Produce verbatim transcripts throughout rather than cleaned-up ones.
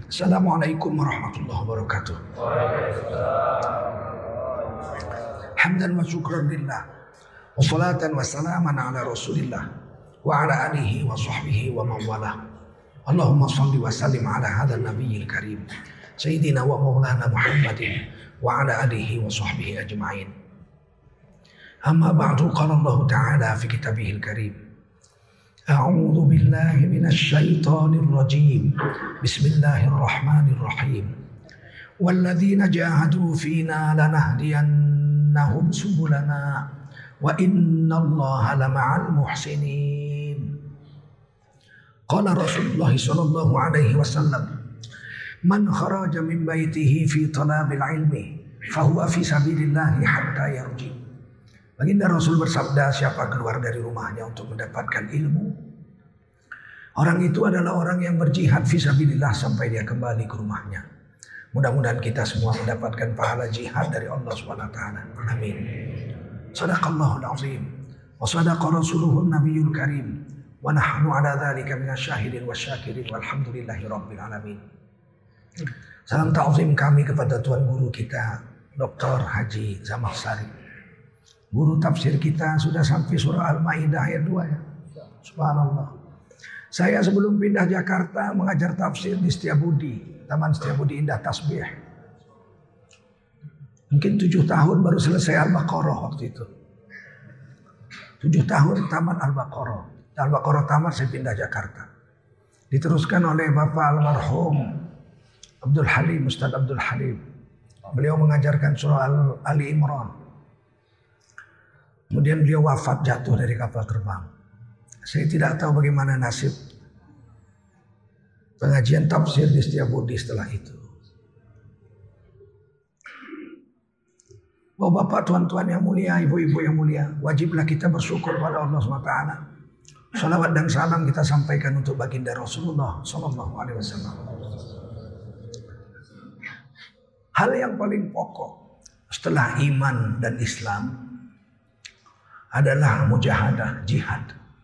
Assalamualaikum warahmatullahi wabarakatuh. Hamdan wa syukran lillah, wa salatan wa salaman ala rasulillah, wa ala alihi wa sahbihi wa mawalah. Allahumma salli wa sallim ala hadha nabiyil karim, Sayyidina wa maulana Muhammadin, wa ala alihi wa sahbihi ajma'in. Amma ba'du, qala Allah ta'ala fi kitabihil karim. A'udzu billahi minasy syaithanir rajim. Bismillahirrahmanirrahim. Walladzina jahadu fina lanahdiyannahum subulana wa innallaha lama'al muhsinin. Qala Rasulullah sallallahu alaihi wasallam, man kharaja min baitihi fi talabil ilmi fahuwa fi sabilillahi hatta yarji. Baginda Rasul bersabda, siapa keluar dari rumahnya untuk mendapatkan ilmu, orang itu adalah orang yang berjihad fisabilillah sampai dia kembali ke rumahnya. Mudah-mudahan kita semua mendapatkan pahala jihad dari Allah subhanahu wa taala. Amin. Shadaqallahul azim wa shadaqa rasuluhun nabiyul karim wa nahnu ala dzalika minasyahidin wasyakirin walhamdulillahi rabbil alamin. Salam ta'zim kami kepada Tuan Guru kita Doktor Haji Zamakhsyari. Guru tafsir kita sudah sampai surah Al-Maidah ayat dua ya. Subhanallah. Saya sebelum pindah Jakarta mengajar tafsir di Setiabudi, Taman Setiabudi Indah Tasbih. Mungkin tujuh tahun baru selesai Al-Baqarah waktu itu. Tujuh tahun tamat Al-Baqarah. Al-Baqarah tamat, saya pindah Jakarta. Diteruskan oleh Bapak almarhum Abdul Halim, Ustaz Abdul Halim. Beliau mengajarkan surah Ali Imran. Kemudian beliau wafat, jatuh dari kapal terbang. Saya tidak tahu bagaimana nasib pengajian tafsir di Setiabudi setelah itu. Bapak-bapak, tuan-tuan yang mulia, ibu-ibu yang mulia, wajiblah kita bersyukur pada Allah subhanahu wa taala. Salawat dan salam kita sampaikan untuk baginda Rasulullah sallallahu alaihi wasallam. Hal yang paling pokok setelah iman dan Islam adalah mujahadah, jihad.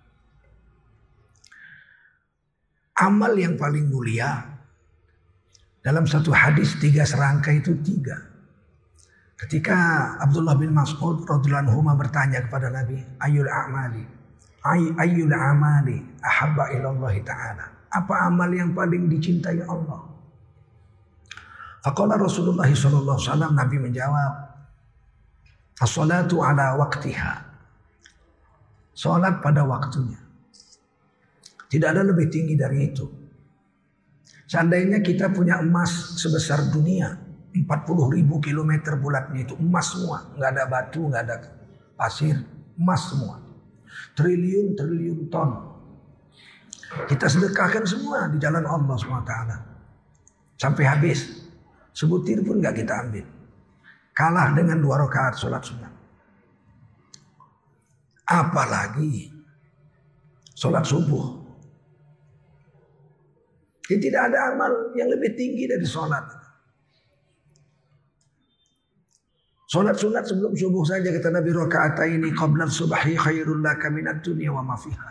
Amal yang paling mulia dalam satu hadis tiga serangkai itu tiga. Ketika Abdullah bin Mas'ud radhiyallahu anhu bertanya kepada Nabi, ayyul a'mali ay ayyul amali ahabba ilallah ta'ala. Apa amal yang paling dicintai Allah? Faqala Rasulullah sallallahu alaihi wasallam, Nabi menjawab, as-salatu ala waqtiha. Salat pada waktunya. Tidak ada lebih tinggi dari itu. Seandainya kita punya emas sebesar dunia, empat puluh ribu kilometer bulatnya itu emas semua. Nggak ada batu, nggak ada pasir, emas semua. Triliun-triliun ton. Kita sedekahkan semua di jalan Allah subhanahu wa taala. Sampai habis. Sebutir pun nggak kita ambil. Kalah dengan dua rakaat salat sunat. Apalagi sholat subuh. Jadi tidak ada amal yang lebih tinggi dari sholat. Sholat sunat sebelum subuh saja kata Nabi, rakaataini qabla subhi khairul laka minad dunya wa ma fiha.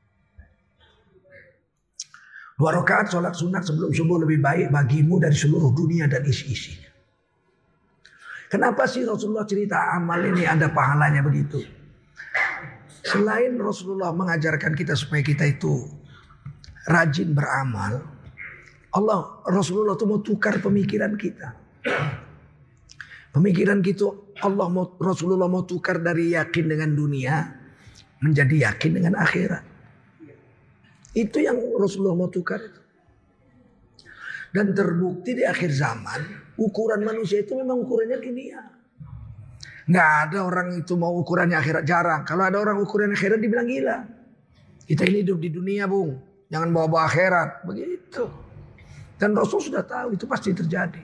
Dua rakaat sholat sunat sebelum subuh lebih baik bagimu dari seluruh dunia dan isi-isinya. Kenapa sih Rasulullah cerita amal ini ada pahalanya begitu? Selain Rasulullah mengajarkan kita supaya kita itu rajin beramal, Allah Rasulullah itu mau tukar pemikiran kita. Pemikiran kita Allah mau Rasulullah mau tukar dari yakin dengan dunia menjadi yakin dengan akhirat. Itu yang Rasulullah mau tukar itu. Dan terbukti di akhir zaman ukuran manusia itu memang ukurannya dunia. Nggak ada orang itu mau ukurannya akhirat, jarang. Kalau ada orang ukurannya akhirat dibilang gila. Kita ini hidup di dunia bung, jangan bawa-bawa akhirat. Begitu. Dan Rasul sudah tahu itu pasti terjadi.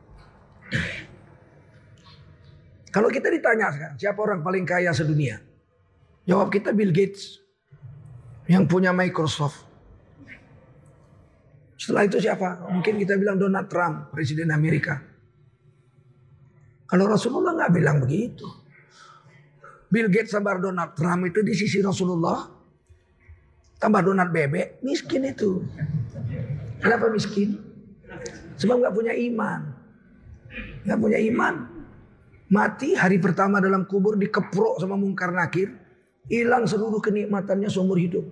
Kalau kita ditanya sekarang, siapa orang paling kaya sedunia? Jawab kita Bill Gates. Yang punya Microsoft. Setelah itu siapa? Mungkin kita bilang Donald Trump, Presiden Amerika. Kalau Rasulullah nggak bilang begitu. Bill Gates sama Donald Trump itu di sisi Rasulullah tambah donat bebek, miskin itu. Kenapa miskin? Sebab nggak punya iman. Nggak punya iman. Mati hari pertama dalam kubur dikeprok sama mungkar nakir. Hilang seluruh kenikmatannya seumur hidup.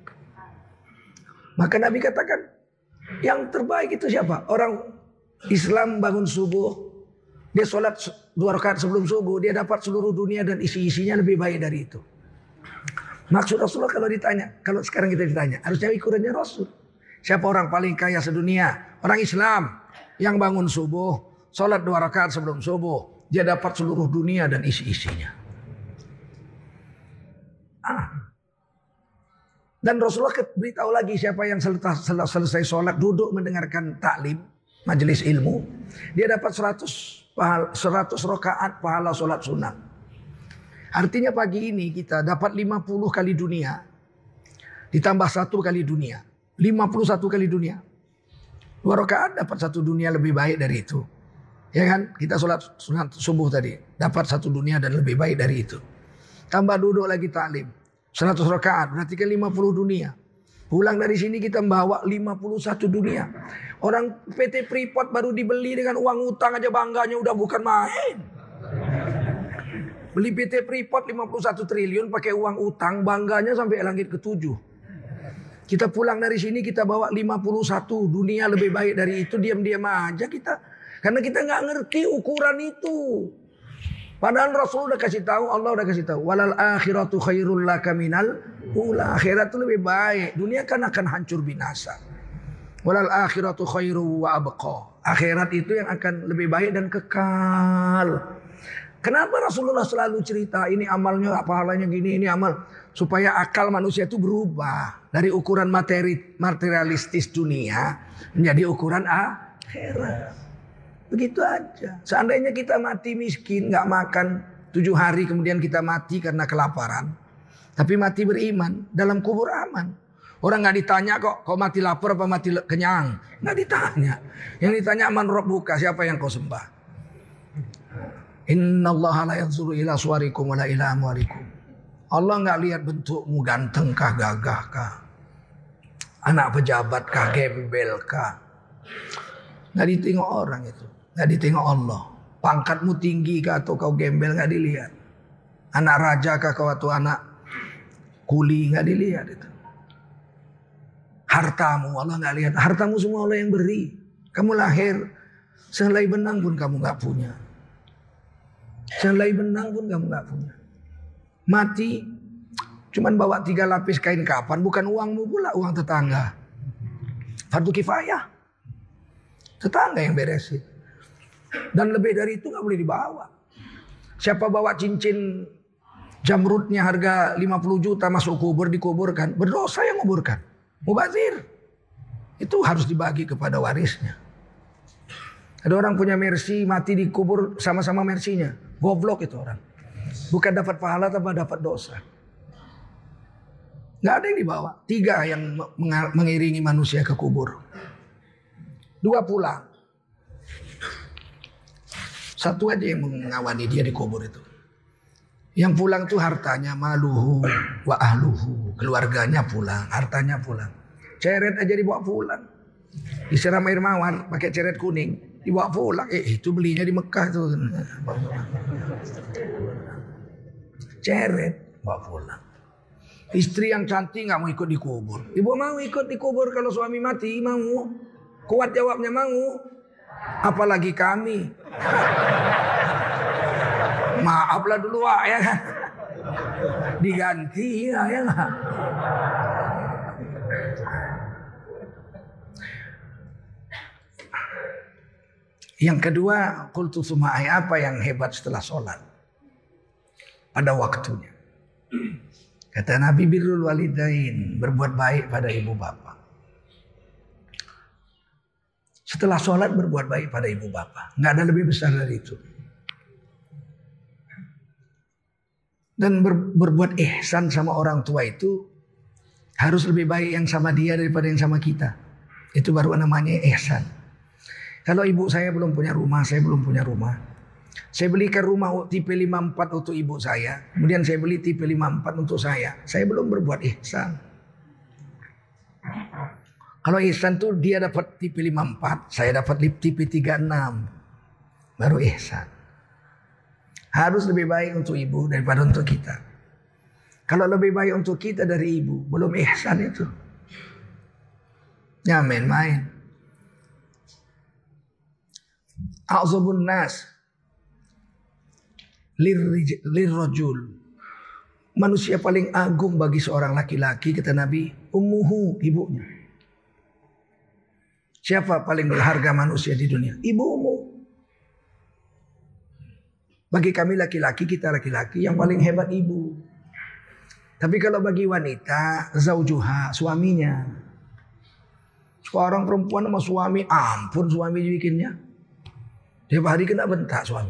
Maka Nabi katakan, yang terbaik itu siapa? Orang Islam bangun subuh, dia sholat dua rakaat sebelum subuh, dia dapat seluruh dunia dan isi-isinya lebih baik dari itu. Maksud Rasulullah kalau ditanya, kalau sekarang kita ditanya, harusnya ukurannya Rasul. Siapa orang paling kaya sedunia? Orang Islam yang bangun subuh, sholat dua rakaat sebelum subuh, dia dapat seluruh dunia dan isi-isinya. Ah. Dan Rasulullah beritahu lagi siapa yang selesai, selesai sholat duduk mendengarkan taklim, majelis ilmu, dia dapat seratus, seratus rakaat pahala sholat sunat. Artinya pagi ini kita dapat lima puluh kali dunia, ditambah satu kali dunia, lima puluh satu kali dunia. Dua rakaat dapat satu dunia lebih baik dari itu. Ya kan? Kita sholat sunat subuh tadi, dapat satu dunia dan lebih baik dari itu. Tambah duduk lagi taklim. seratus rakaat berarti kan lima puluh dunia. Pulang dari sini kita membawa lima puluh satu dunia. Orang P T Freeport baru dibeli dengan uang utang aja bangganya udah bukan main. Beli P T Freeport lima puluh satu triliun pakai uang utang, bangganya sampai langit ketujuh. Kita pulang dari sini kita bawa lima puluh satu dunia lebih baik dari itu, diam-diam aja kita. Karena kita nggak ngerti ukuran itu. Padahal Rasul udah kasih tahu, Allah udah kasih tahu, walal akhiratu khairul laka minal ula. Akhirat itu lebih baik. Dunia kan akan hancur binasa. Walal akhiratu khairu wa abqa. Akhirat itu yang akan lebih baik dan kekal. Kenapa Rasulullah selalu cerita ini amalnya, pahalanya gini, ini amal, supaya akal manusia itu berubah dari ukuran materi materialistis dunia menjadi ukuran akhirat. Begitu aja. Seandainya kita mati miskin, nggak makan tujuh hari, kemudian kita mati karena kelaparan, tapi mati beriman, dalam kubur aman. Orang nggak ditanya kok, kau mati lapar apa mati kenyang? Nggak ditanya. Yang ditanya man rabbuka, siapa yang kau sembah? Inna Allah la yanzuru ila suwarikum wa la ila amwalikum. Allah nggak lihat bentukmu ganteng kah, gagah kah, anak pejabat kah, gembel kah. Nggak ditengok orang itu, nggak ditengok Allah. Pangkatmu tinggi kah atau kau gembel nggak dilihat. Anak raja kah kau atau anak kuli nggak dilihat itu. Hartamu Allah nggak lihat. Hartamu semua Allah yang beri. Kamu lahir sehelai benang pun kamu nggak punya. Sehelai benang pun kamu nggak punya. Mati cuman bawa tiga lapis kain kapan, bukan uangmu pula, uang tetangga. Fardu kifayah. Tetangga yang beresin. Dan lebih dari itu nggak boleh dibawa. Siapa bawa cincin jamrutnya harga lima puluh juta masuk kubur, dikuburkan, berdosa yang kuburkan. Mubazir. Itu harus dibagi kepada warisnya. Ada orang punya Mercy, mati dikubur sama-sama Mercy-nya. Goblok itu orang. Bukan dapat pahala tapi dapat dosa. Nggak ada yang dibawa. Tiga yang mengiringi manusia ke kubur. Dua pulang. Satu aja yang mengawani dia di kubur itu. Yang pulang tuh hartanya, maluhu wa ahluhu. Keluarganya pulang, hartanya pulang. Ceret aja dibawa pulang. Disiram air mawar pakai ceret kuning, dibawa pulang. Eh itu belinya di Mekah tuh. Ceret bawa pulang. Istri yang cantik nggak mau ikut dikubur. Ibu mau ikut dikubur kalau suami mati, mau. Kuat jawabnya mau. Apalagi kami. Maaflah dulu Wak, ya kan. Diganti ya, ya kan? Yang kedua, qultu tsumma ay, apa yang hebat setelah sholat? Pada waktunya. Kata Nabi, birrul walidain, berbuat baik pada ibu bapak. Setelah sholat berbuat baik pada ibu bapak. Nggak ada lebih besar dari itu. Dan ber, berbuat ihsan sama orang tua itu harus lebih baik yang sama dia daripada yang sama kita. Itu baru namanya ihsan. Kalau ibu saya belum punya rumah, saya belum punya rumah. Saya belikan rumah tipe lima puluh empat untuk ibu saya. Kemudian saya beli tipe lima puluh empat untuk saya. Saya belum berbuat ihsan. Kalau ihsan tuh dia dapat T P lima puluh empat, saya dapat T P tiga puluh enam. Baru ihsan. Harus lebih baik untuk ibu daripada untuk kita. Kalau lebih baik untuk kita dari ibu, belum ihsan itu. Ya main-main. A'zabun nas lirrajul. Manusia paling agung bagi seorang laki-laki, kata Nabi, ummuhu, ibunya. Siapa paling berharga manusia di dunia? Ibumu. Bagi kami laki-laki, kita laki-laki, yang paling hebat ibu. Tapi kalau bagi wanita, zaujuha, suaminya. Seorang perempuan sama suami, ampun suami dibikinnya. Tiap hari kena bentak suami.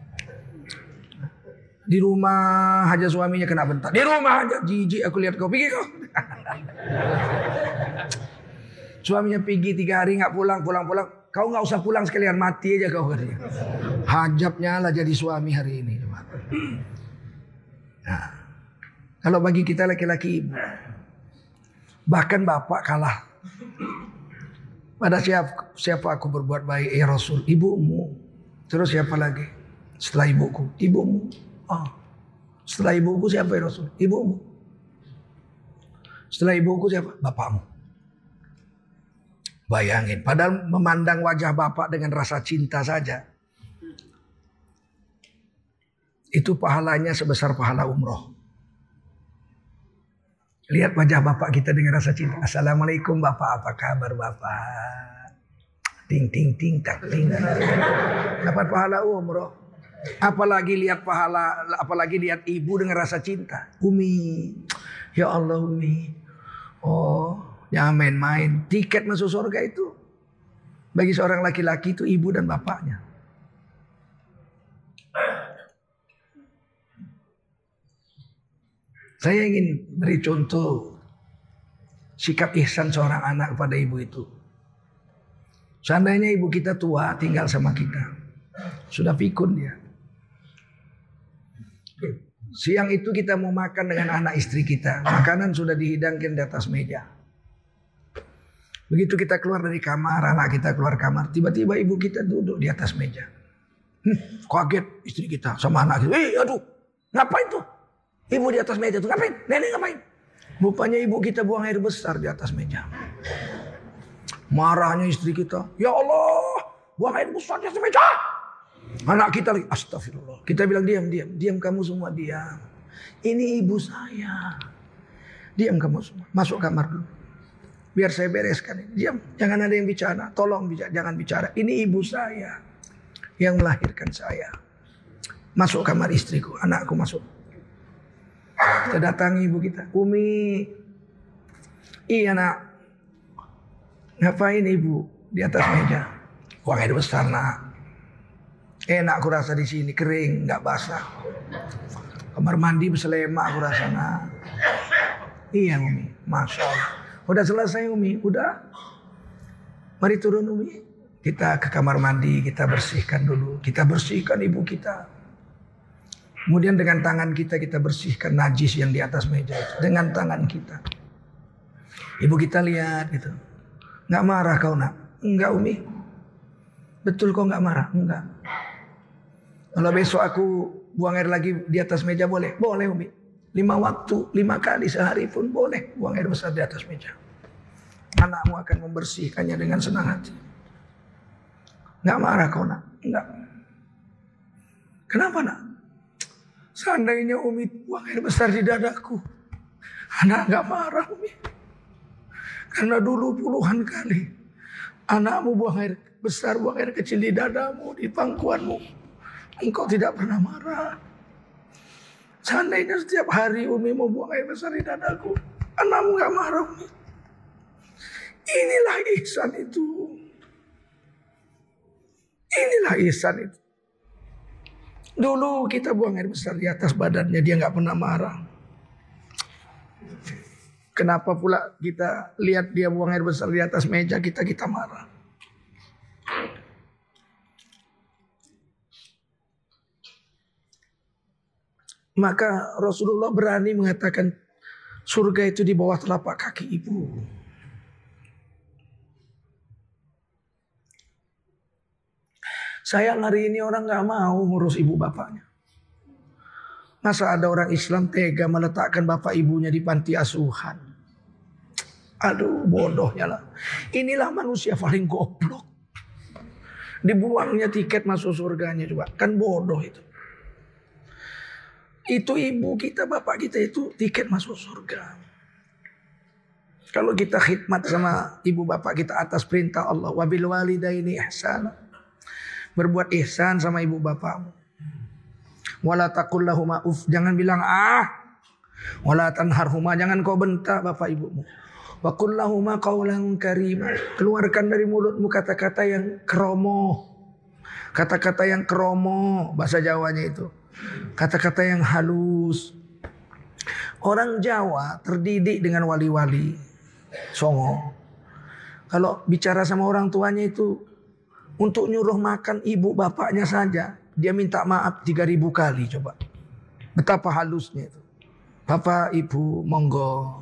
Di rumah aja suaminya kena bentak. Di rumah aja, jijik aku lihat kau, pergi kau. Suaminya pergi tiga hari nggak pulang, pulang-pulang. Kau nggak usah pulang sekalian, mati aja kau katanya. Hajabnya lah jadi suami hari ini. Nah, kalau bagi kita laki-laki ibu, bahkan bapak kalah. Pada siapa, siapa aku berbuat baik ya Rasul? Ibumu. Terus siapa lagi? Setelah ibuku, ibumu. Oh. Setelah ibuku siapa ya Rasul? Ibumu. Setelah ibuku siapa? Bapakmu. Bayangin, padahal memandang wajah bapak dengan rasa cinta saja, itu pahalanya sebesar pahala umroh. Lihat wajah bapak kita dengan rasa cinta. Assalamualaikum bapak, apa kabar bapak? Ting ting ting tak ting. Dapat pahala umroh. Apalagi lihat pahala, apalagi lihat ibu dengan rasa cinta. Umi, ya Allah Umi. Oh, jangan main-main. Tiket masuk surga itu bagi seorang laki-laki itu ibu dan bapaknya. Saya ingin beri contoh sikap ihsan seorang anak kepada ibu itu. Seandainya ibu kita tua tinggal sama kita, sudah pikun dia. Siang itu kita mau makan dengan anak istri kita, makanan sudah dihidangkan di atas meja. Begitu kita keluar dari kamar, anak kita keluar kamar, tiba-tiba ibu kita duduk di atas meja. Hmm, kaget istri kita sama anak kita. Eh, aduh, ngapain tuh? Ibu di atas meja tuh ngapain? Nenek ngapain? Rupanya ibu kita buang air besar di atas meja. Marahnya istri kita, ya Allah, buang air besar di atas meja. Anak kita lagi, astagfirullah. Kita bilang diam, diam, diam kamu semua diam. Ini ibu saya. Diam kamu semua, masuk kamar dulu. Biar saya bereskan ini. Diam, jangan ada yang bicara. Tolong jangan bicara. Ini ibu saya yang melahirkan saya. Masuk kamar istriku, anakku masuk. Kita datangi ibu kita. Umi, iya nak, ngapain ibu di atas meja? Buang air besar nak. Enak aku rasa di sini, kering, nggak basah. Kamar mandi berselemak aku rasa nak. Iya Umi, masya Allah. Udah selesai Umi, udah. Mari turun Umi. Kita ke kamar mandi, kita bersihkan dulu. Kita bersihkan ibu kita. Kemudian dengan tangan kita kita bersihkan najis yang di atas meja itu. Dengan tangan kita. Ibu kita lihat gitu. Nggak marah kau nak? Enggak Umi. Betul kau nggak marah? Enggak. Kalau besok aku buang air lagi di atas meja boleh? Boleh Umi. Lima waktu, lima kali sehari pun boleh buang air besar di atas meja. Anakmu akan membersihkannya dengan senang hati. Nggak marah kau nak? Enggak. Kenapa nak? Seandainya Umi buang air besar di dadaku, anak nggak marah Umi. Karena dulu puluhan kali anakmu buang air besar, buang air kecil di dadamu, di pangkuanmu, engkau tidak pernah marah. Seandainya setiap hari Umi mau buang air besar di dadaku, anakmu nggak marah Umi. Inilah ihsan itu. Inilah ihsan itu. Dulu kita buang air besar di atas badannya, dia nggak pernah marah. Kenapa pula kita lihat dia buang air besar di atas meja, kita kita marah? Maka Rasulullah berani mengatakan surga itu di bawah telapak kaki ibu. Sayang hari ini orang gak mau ngurus ibu bapaknya. Masa ada orang Islam tega meletakkan bapak ibunya di panti asuhan. Aduh, bodohnya lah. Inilah manusia paling goblok. Dibuangnya tiket masuk surganya coba. Kan bodoh itu. Itu ibu kita, bapak kita itu tiket masuk surga. Kalau kita khidmat sama ibu bapak kita atas perintah Allah, wabil walidaini ihsana, berbuat ihsan sama ibu bapakmu. Wala taqul lahuma uf, jangan bilang ah. Wala tanharhuma, jangan kau bentak bapak ibumu. Wa qul lahuma qaulan karima, keluarkan dari mulutmu kata-kata yang kromo. Kata-kata yang kromo, bahasa Jawanya itu. Kata-kata yang halus. Orang Jawa terdidik dengan wali-wali Songo. Kalau bicara sama orang tuanya itu untuk nyuruh makan ibu bapaknya saja, dia minta maaf tiga ribu kali coba. Betapa halusnya itu. Bapak ibu monggo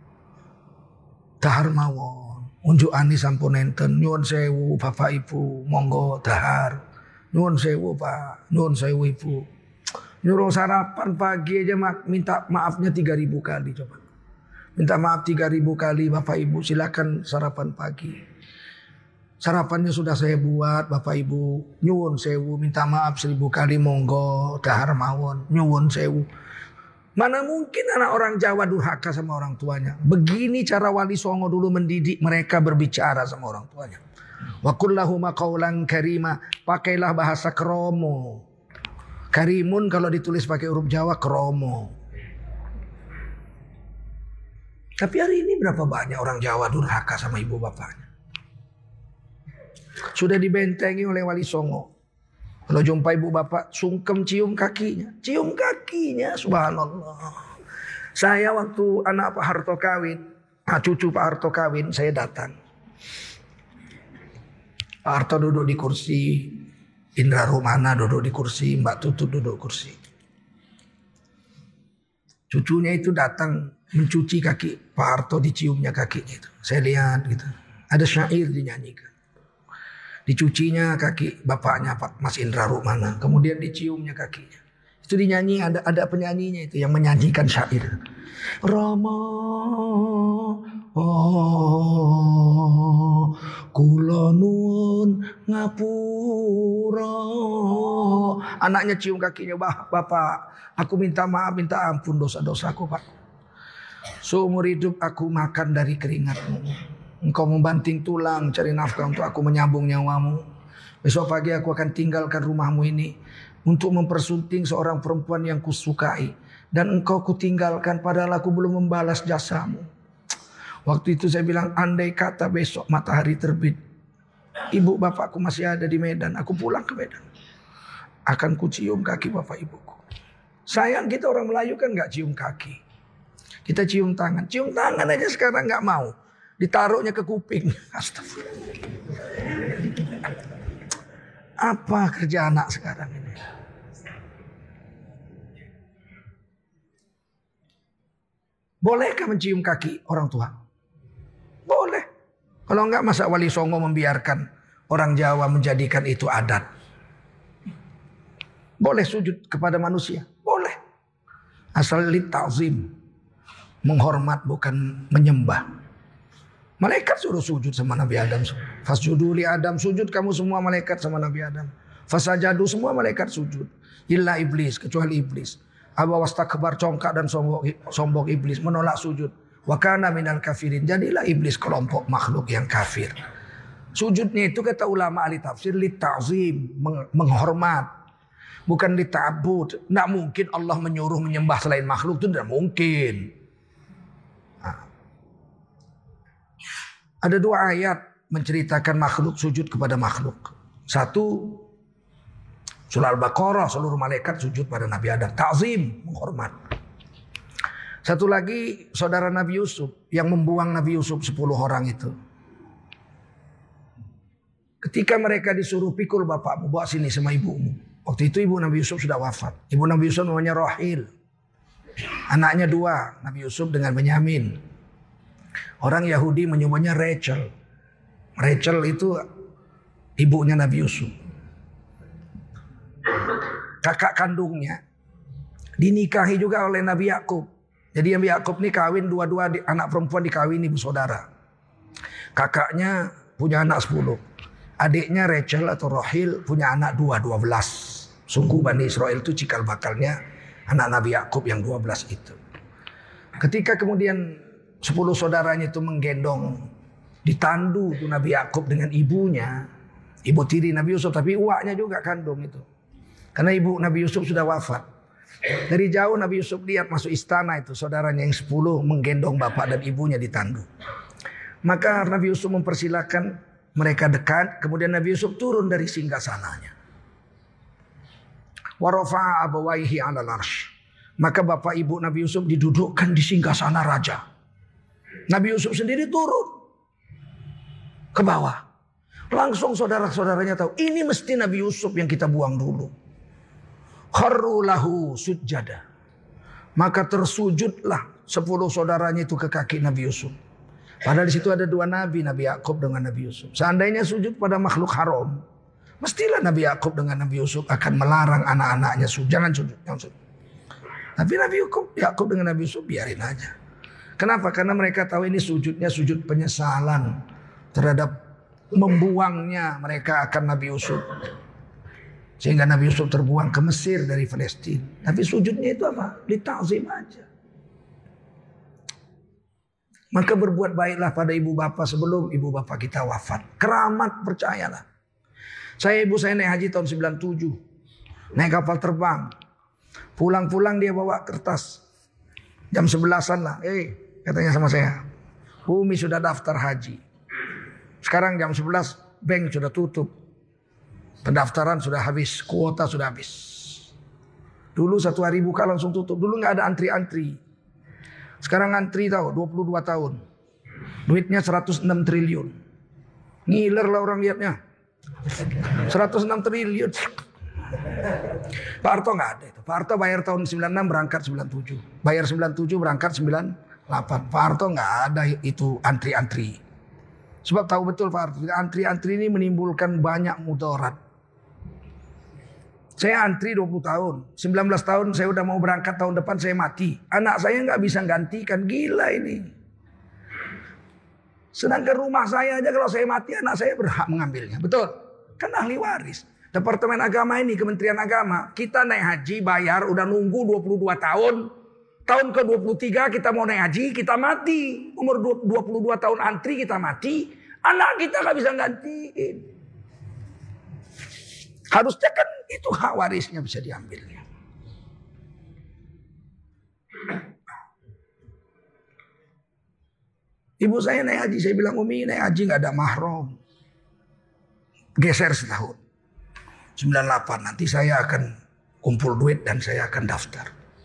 dahar mawon, unjuk ani sampun enten, nyuwun sewu bapak ibu monggo dahar. Nyuwun sewu Pak, nyuwun sewu Ibu. Nyuruh sarapan pagi aja minta maafnya tiga ribu kali coba. Minta maaf tiga ribu kali bapak ibu, silakan sarapan pagi. Sarapannya sudah saya buat bapak ibu, nyuwun sewu, minta maaf seribu kali monggo, dahar mawon, nyuwun sewu. Mana mungkin anak orang Jawa durhaka sama orang tuanya. Begini cara Wali Songo dulu mendidik mereka berbicara sama orang tuanya. Wa qul lahuma qaulan karima, pakailah bahasa kromo. Karimun kalau ditulis pakai huruf Jawa kromo. Tapi hari ini berapa banyak orang Jawa durhaka sama ibu bapaknya. Sudah dibentengi oleh Wali Songo. Kalau jumpa ibu bapak sungkem cium kakinya. Cium kakinya, subhanallah. Saya waktu anak Pak Harto kawin, cucu Pak Harto kawin, saya datang. Pak Harto duduk di kursi, Indra Rumana duduk di kursi, Mbak Tutut duduk kursi. Cucunya itu datang mencuci kaki Pak Harto, diciumnya kakinya itu. Saya lihat gitu. Ada syair dinyanyikan. Dicucinya kaki bapaknya Pak Mas Indra Rumana, kemudian diciumnya kakinya. Itu dinyanyi, ada ada penyanyinya itu yang menyanyikan syair. Rama oh kula nuwun ngapura. Anaknya cium kakinya, bapak, aku minta maaf, minta ampun dosa-dosaku Pak. Seumur hidup aku makan dari keringatmu. Engkau membanting tulang cari nafkah untuk aku menyambung nyawamu. Besok pagi aku akan tinggalkan rumahmu ini untuk mempersunting seorang perempuan yang kusukai. Dan engkau kutinggalkan padahal aku belum membalas jasamu. Waktu itu saya bilang, andai kata besok matahari terbit, ibu bapakku masih ada di Medan, aku pulang ke Medan, akan kucium kaki bapak ibuku. Sayang kita orang Melayu kan gak cium kaki. Kita cium tangan. Cium tangan aja sekarang gak mau. Ditaruhnya ke kuping. Astagfirullah. Apa kerja anak sekarang ini? Bolehkah mencium kaki orang tua? Boleh. Kalau enggak, masa Wali Songo membiarkan orang Jawa menjadikan itu adat? Boleh sujud kepada manusia? Boleh. Asal li ta'zim. Menghormat bukan menyembah. Malaikat suruh sujud sama Nabi Adam. Fasjudu li Adam, sujud kamu semua malaikat sama Nabi Adam. Fasajadu, semua malaikat sujud. Illa iblis, kecuali iblis. Aba wastakbar, congkak dan sombong, sombong iblis, menolak sujud. Wa kana minal kafirin, jadilah iblis kelompok makhluk yang kafir. Sujudnya itu kata ulama ahli tafsir li ta'zim, menghormat. Bukan li ta'bud. Tidak mungkin Allah menyuruh menyembah selain makhluk, itu tidak mungkin. Ada dua ayat menceritakan makhluk sujud kepada makhluk. Satu, surah Al-Baqarah, seluruh malaikat sujud pada Nabi Adam. Ta'zim, menghormat. Satu lagi, saudara Nabi Yusuf yang membuang Nabi Yusuf sepuluh orang itu. Ketika mereka disuruh pikul bapakmu, bawa sini sama ibumu. Waktu itu ibu Nabi Yusuf sudah wafat. Ibu Nabi Yusuf namanya Rahil. Anaknya dua, Nabi Yusuf dengan Benyamin. Orang Yahudi menyebutnya Rachel. Rachel itu ibunya Nabi Yusuf. kakak kandungnya, dinikahi juga oleh Nabi Yakub. Jadi Nabi Yakub nih kawin dua-dua anak perempuan dikawini bersaudara. Kakaknya punya anak sepuluh. Adiknya Rachel atau Rohil punya anak dua, dua belas. Suku Bani Israel itu cikal bakalnya anak Nabi Yakub yang dua belas itu. Ketika kemudian sepuluh saudaranya itu menggendong, ditandu itu Nabi Yakub dengan ibunya. Ibu tiri Nabi Yusuf, tapi uaknya juga kandung itu. Karena ibu Nabi Yusuf sudah wafat. Dari jauh Nabi Yusuf lihat masuk istana itu saudaranya yang sepuluh menggendong bapak dan ibunya ditandu. Maka Nabi Yusuf mempersilahkan mereka dekat. Kemudian Nabi Yusuf turun dari singgasananya. Wa rafa'a abawaihi 'alal 'arsy. Maka bapak ibu Nabi Yusuf didudukkan di singgasana raja. Nabi Yusuf sendiri turun ke bawah. Langsung saudara-saudaranya tahu ini mesti Nabi Yusuf yang kita buang dulu. Kharru lahu sujjada. Maka tersujudlah sepuluh saudaranya itu ke kaki Nabi Yusuf. Padahal di situ ada dua nabi, Nabi Yakub dengan Nabi Yusuf. Seandainya sujud pada makhluk haram, mestilah Nabi Yakub dengan Nabi Yusuf akan melarang anak-anaknya sujud. Jangan sujud, jangan sujud. Tapi Nabi Yakub, Yakub dengan Nabi Yusuf biarin aja. Kenapa? Karena mereka tahu ini sujudnya sujud penyesalan terhadap membuangnya mereka akan Nabi Yusuf. Sehingga Nabi Yusuf terbuang ke Mesir dari Palestina. Tapi sujudnya itu apa? Ditazim aja. Maka berbuat baiklah pada ibu bapak sebelum ibu bapak kita wafat. Keramat, percayalah. Saya ibu saya naik haji tahun sembilan puluh tujuh. Naik kapal terbang. Pulang-pulang dia bawa kertas. Jam sebelasan lah. Eh, katanya sama saya. Umi sudah daftar haji. Sekarang jam sebelas bank sudah tutup. Pendaftaran sudah habis, kuota sudah habis. Dulu satu hari buka langsung tutup. Dulu nggak ada antri-antri. Sekarang antri tahu dua puluh dua tahun. Duitnya seratus enam triliun. Ngiler lah orang lihatnya. seratus enam triliun. Pak Harto nggak ada itu. Pak Harto bayar tahun sembilan puluh enam berangkat sembilan puluh tujuh. Bayar sembilan puluh tujuh berangkat sembilan puluh delapan. Pak Harto nggak ada itu antri-antri. Sebab tahu betul Pak Harto, antri-antri ini menimbulkan banyak mudarat. Saya antri dua puluh tahun, sembilan belas tahun saya udah mau berangkat tahun depan saya mati. Anak saya nggak bisa gantikan, gila ini. Sedangkan rumah saya aja kalau saya mati anak saya berhak mengambilnya, betul? Kan ahli waris. Departemen Agama ini, Kementerian Agama, kita naik haji bayar udah nunggu dua puluh dua tahun. Tahun ke dua puluh tiga kita mau naik haji, kita mati. Umur dua puluh dua tahun antri kita mati. Anak kita gak bisa gantiin. Harusnya kan itu hak warisnya bisa diambilnya. Ibu saya naik haji, saya bilang Umi naik haji gak ada mahram. Geser setahun. sembilan puluh delapan nanti saya akan kumpul duit dan saya akan daftar.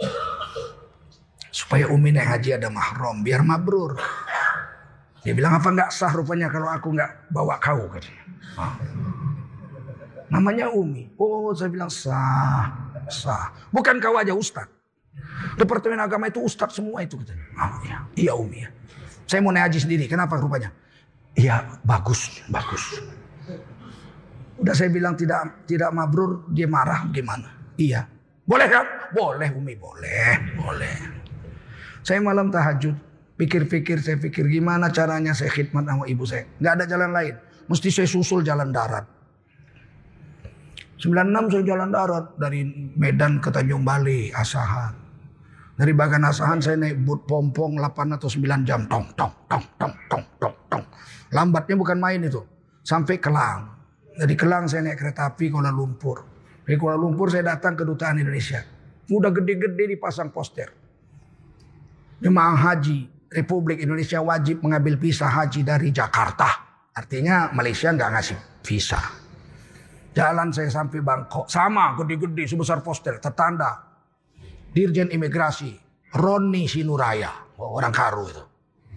Supaya Umi naik haji ada mahram biar mabrur. Dia bilang apa nggak sah rupanya kalau aku nggak bawa kau katanya. Ah. Namanya Umi. Oh saya bilang sah, sah. Bukan kau aja Ustaz. Departemen Agama itu Ustaz semua itu katanya. Oh, iya. Iya Umi ya. Saya mau naik haji sendiri. Kenapa rupanya? Iya bagus, bagus. Udah saya bilang tidak tidak mabrur dia marah gimana? Iya. Boleh kan? Boleh Umi boleh, boleh. Saya malam tahajud, pikir-pikir, saya pikir gimana caranya saya khidmat sama ibu saya. Gak ada jalan lain, mesti saya susul jalan darat. sembilan puluh enam saya jalan darat dari Medan ke Tanjung Bali, Asahan. Dari Bagan Asahan saya naik boot pompong delapan atau sembilan jam, tong tong tong tong tong tong tong. Lambatnya bukan main itu, sampai Kelang. Dari Kelang saya naik kereta api Kuala Lumpur. Dari Kuala Lumpur saya datang ke Kedutaan Indonesia. Udah gede-gede dipasang poster. Jemaah haji Republik Indonesia wajib mengambil visa haji dari Jakarta. Artinya Malaysia nggak ngasih visa. Jalan saya sampai Bangkok. Sama gede-gede sebesar poster. Tertanda. Dirjen Imigrasi. Roni Sinuraya. Oh, orang Karu itu.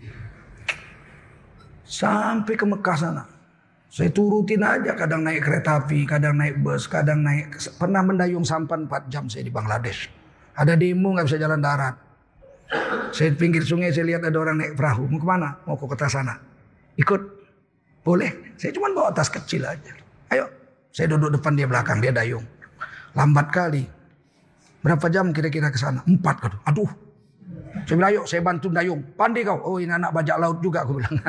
Sampai ke Mekah sana. Saya turutin aja. Kadang naik kereta api. Kadang naik bus. Kadang naik. Pernah mendayung sampan empat jam saya di Bangladesh. Ada demo nggak bisa jalan darat. Saya pinggir sungai saya lihat ada orang naik perahu. Mau kemana? Mau ke kota sana. Ikut? Boleh. Saya cuma bawa tas kecil aja. Ayo. Saya duduk depan dia belakang. Dia dayung. Lambat kali. Berapa jam kira-kira ke sana? Empat. Kata. Aduh. Saya bilang, yuk saya bantu dayung. Pandai kau. Oh ini anak bajak laut juga aku bilang.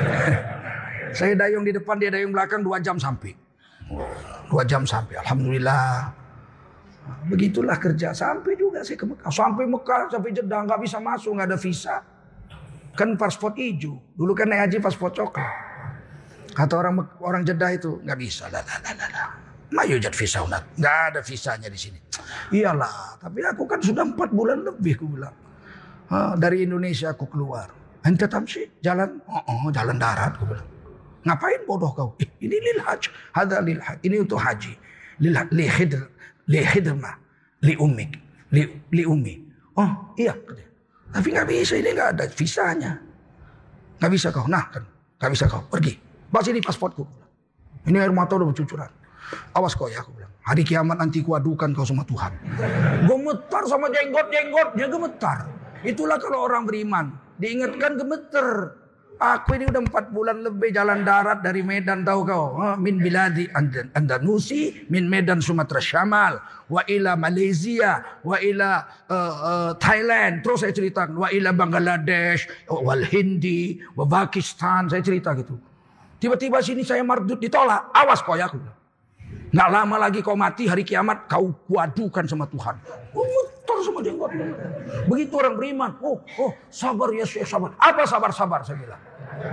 Saya dayung di depan, dia dayung belakang, dua jam sampai. Dua jam sampai. Alhamdulillah. Begitulah kerja. Sampai juga saya ke Mekah. Sampai Mekah, sampai Jeddah. Nggak bisa masuk, nggak ada visa. Kan paspor hijau. Dulu kan naik haji paspor coklat. Kata orang orang Jeddah itu, nggak bisa. Lah, lah, lah, lah. Mayujat visa unat. Nggak ada visanya di sini. Iyalah, tapi aku kan sudah empat bulan lebih, aku bilang. Ha, dari Indonesia aku keluar. Ente tamsi jalan, oh, oh jalan darat, aku bilang. Ngapain bodoh kau? Eh, ini lil haj, hada lil haj. Ini untuk haji. Lil li hidr, li hidrma, li ummik, li li ummi. Oh iya, tapi nggak bisa, ini nggak ada visanya. Nggak bisa kau, nah kan, nggak bisa kau pergi. Bawa sini pasportku. Ini air mata udah bercucuran. Awas kau ya, aku bilang. Hari kiamat nanti kuadukan kau sama Tuhan. Gemetar sama jenggot-jenggotnya, gemetar. Itulah kalau orang beriman. Diingatkan gemeter. Aku ini udah empat bulan lebih jalan darat dari Medan, tahu kau. Min biladi Andanusi, min Medan Sumatera Syamal, wa ila Malaysia, wa ila uh, uh, Thailand. Terus saya ceritakan, wa ila Bangladesh, wal Hindi, wa Pakistan. Saya cerita gitu. Tiba-tiba sini saya mardut ditolak. Awas kau ya, aku. Nggak lama lagi kau mati, hari kiamat kau kuadukan sama Tuhan. Gemetar sama jenggot. Begitu orang beriman. Oh, oh, sabar ya Syekh, sabar. Apa sabar-sabar, saya bilang.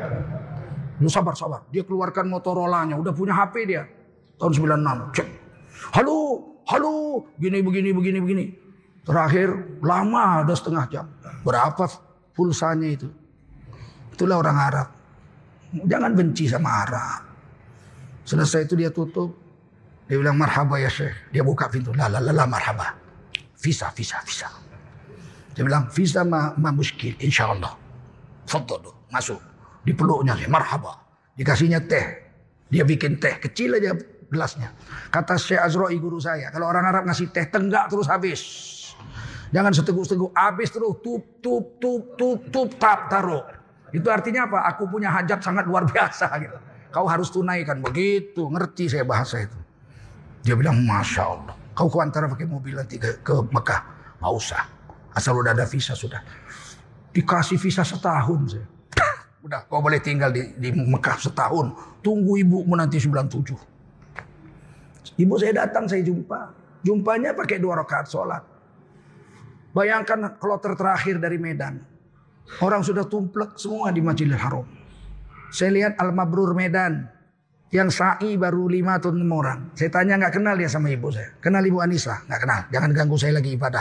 Lu sabar-sabar. Dia keluarkan Motorola-nya. Udah punya H P dia. Tahun sembilan puluh enam. Cek. Halo, halo. Gini, begini, begini, begini. Terakhir, lama ada setengah jam. Berapa pulsanya itu? Itulah orang Arab. Jangan benci sama Arab. Selesai itu dia tutup. Dia bilang marhaba ya Syekh. Dia buka pintu. La la la la marhaba. Visa, visa, visa. Dia bilang visa ma, ma muskil. Insya Allah. Fadlu. Masuk. Dipeluknya. Marhaba. Dikasihnya teh. Dia bikin teh. Kecil aja gelasnya. Kata Syekh Azra'i guru saya. Kalau orang Arab ngasih teh tenggak terus habis. Jangan seteguk-seteguk. Habis terus. Tup, tup, tup, tup, tup. Tap, taruh. Itu artinya apa? Aku punya hajat sangat luar biasa gitu. Kau harus tunaikan. Begitu. Ngerti saya bahasa itu. Dia bilang, Masya Allah. Kau kuantara pakai mobil nanti ke, ke Mekah. Nggak usah. Asal udah ada visa sudah. Dikasih visa setahun. Saya. Udah, kau boleh tinggal di, di Mekah setahun. Tunggu ibumu nanti sembilan puluh tujuh. Ibu saya datang, saya jumpa. Jumpanya pakai dua rakaat sholat. Bayangkan kloter terakhir dari Medan. Orang sudah tumplek semua di Masjidil Haram. Saya lihat Al-Mabrur Medan. Yang sa'i baru lima atau enam orang. Saya tanya nggak kenal dia sama ibu saya. Kenal Ibu Anissa? Nggak kenal. Jangan ganggu saya lagi ibadah.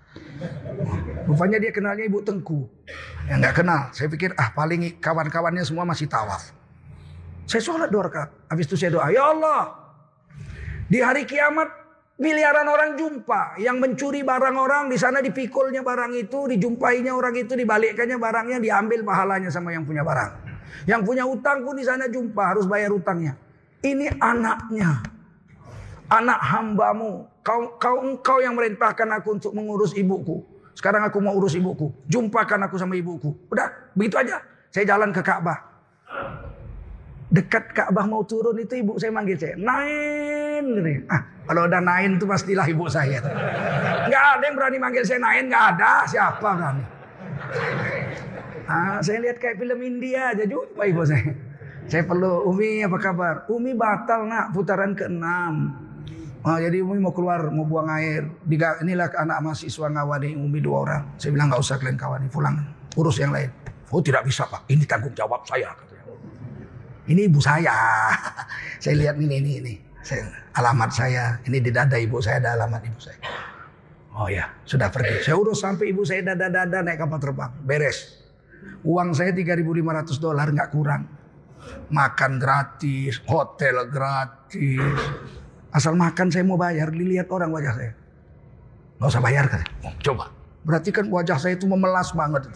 Rupanya dia kenalnya Ibu Tengku. Yang nggak kenal. Saya pikir ah paling kawan-kawannya semua masih tawaf. Saya sholat dua rakaat. Habis itu saya doa. Ya Allah. Di hari kiamat miliaran orang jumpa. Yang mencuri barang orang. Di sana dipikulnya barang itu. Dijumpainya orang itu. Dibalikkannya barangnya. Diambil pahalanya sama yang punya barang. Yang punya utang pun di sana jumpa, harus bayar utangnya. Ini anaknya, anak hambamu. Kau, kau engkau yang merintahkan aku untuk mengurus ibuku. Sekarang aku mau urus ibuku. Jumpakan aku sama ibuku. Udah, begitu aja. Saya jalan ke Ka'bah. Dekat Ka'bah mau turun itu ibu saya manggil saya. Nain. Ah, kalau udah Nain itu pastilah ibu saya. Nggak ada yang berani manggil saya Nain, nggak ada. Siapa berani? Ah, saya lihat kayak film India aja jumpa ibu saya. Saya perlu, Umi apa kabar? Umi batal nak putaran keenam. Oh, jadi Umi mau keluar, mau buang air. Diga, inilah anak mahasiswa ngawani Umi dua orang. Saya bilang nggak usah kalian kawani, pulang urus yang lain. Oh tidak bisa Pak, ini tanggung jawab saya. Katanya. Ini ibu saya. Saya lihat ini ini ini. Saya, alamat saya, ini di dada ibu saya ada alamat ibu saya. Oh ya, sudah pergi. Saya urus sampai ibu saya dada-dada naik kapal terbang, beres. Uang saya tiga ribu lima ratus dolar nggak kurang. Makan gratis, hotel gratis. Asal makan saya mau bayar, dilihat orang wajah saya. Nggak usah bayar kan? Oh, coba. Berarti kan wajah saya itu memelas banget.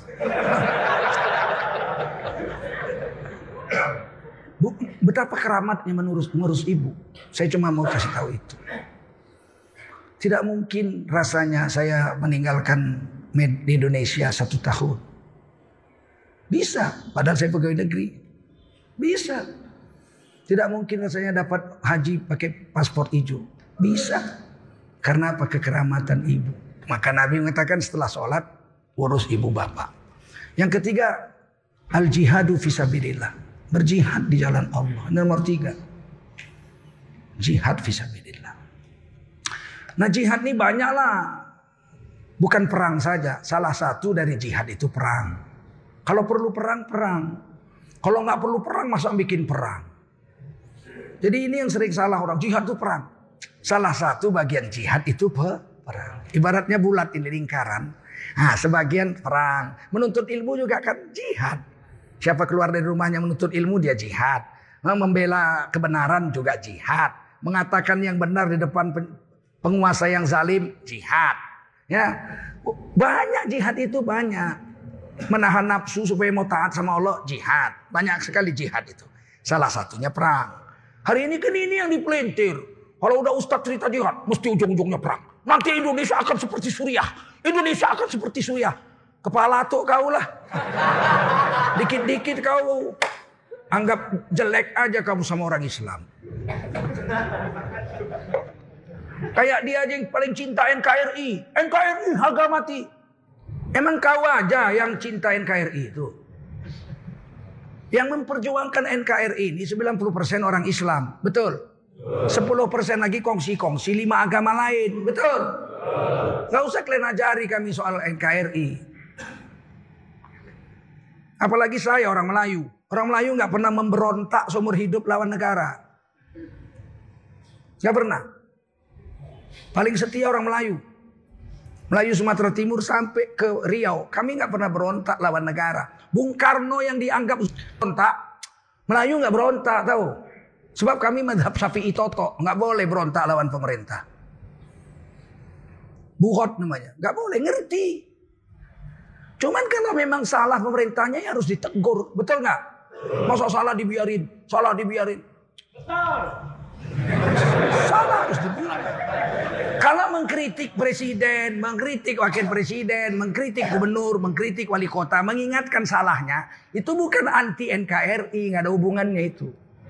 Bu, betapa keramatnya menurus ngurus ibu. Saya cuma mau kasih tahu itu. Tidak mungkin rasanya saya meninggalkan di Indonesia satu tahun. Bisa, padahal saya pegawai negeri. Bisa. Tidak mungkin rasanya dapat haji pakai paspor hijau. Bisa. Karena apa? Kekeramatan ibu. Maka Nabi mengatakan setelah sholat urus ibu bapak. Yang ketiga, al-jihadu fisabilillah. Berjihad di jalan Allah. Nomor tiga, jihad fisabilillah. Nah jihad ini banyak lah. Bukan perang saja. Salah satu dari jihad itu perang. Kalau perlu perang, perang. Kalau nggak perlu perang, masa bikin perang. Jadi ini yang sering salah orang. Jihad itu perang. Salah satu bagian jihad itu perang. Ibaratnya bulat ini lingkaran. Nah, sebagian perang. Menuntut ilmu juga kan jihad. Siapa keluar dari rumahnya menuntut ilmu, dia jihad. Membela kebenaran juga jihad. Mengatakan yang benar di depan penguasa yang zalim, jihad. Ya, banyak jihad itu banyak. Menahan nafsu supaya mau taat sama Allah, jihad. Banyak sekali jihad itu. Salah satunya perang. Hari ini kan ini yang dipelintir. Kalau udah ustadz cerita jihad, mesti ujung-ujungnya perang. Nanti Indonesia akan seperti Suriah. Indonesia akan seperti Suriah. Kepala tuh kau lah. Dikit-dikit kau anggap jelek aja kamu sama orang Islam. Kayak dia aja yang paling cinta N K R I. N K R I harga mati. Emang kau aja yang cinta N K R I itu. Yang memperjuangkan N K R I ini sembilan puluh persen orang Islam. Betul? sepuluh persen lagi kongsi-kongsi lima agama lain. Betul? Gak usah kalian ajari kami soal N K R I. Apalagi saya orang Melayu. Orang Melayu gak pernah memberontak seumur hidup lawan negara. Gak pernah. Paling setia orang Melayu. Melayu Sumatera Timur sampai ke Riau. Kami gak pernah berontak lawan negara. Bung Karno yang dianggap berontak. Melayu gak berontak tahu. Sebab kami madhab Syafi'i Toto. Gak boleh berontak lawan pemerintah. Buhot namanya. Gak boleh, ngerti. Cuman kalau memang salah pemerintahnya ya harus ditegur. Betul gak? Masa salah dibiarin? Salah dibiarin. Salah harus dibiarin. Kalau mengkritik presiden, mengkritik wakil presiden, mengkritik gubernur, mengkritik wali kota, mengingatkan salahnya, itu bukan anti N K R I, nggak ada hubungannya itu,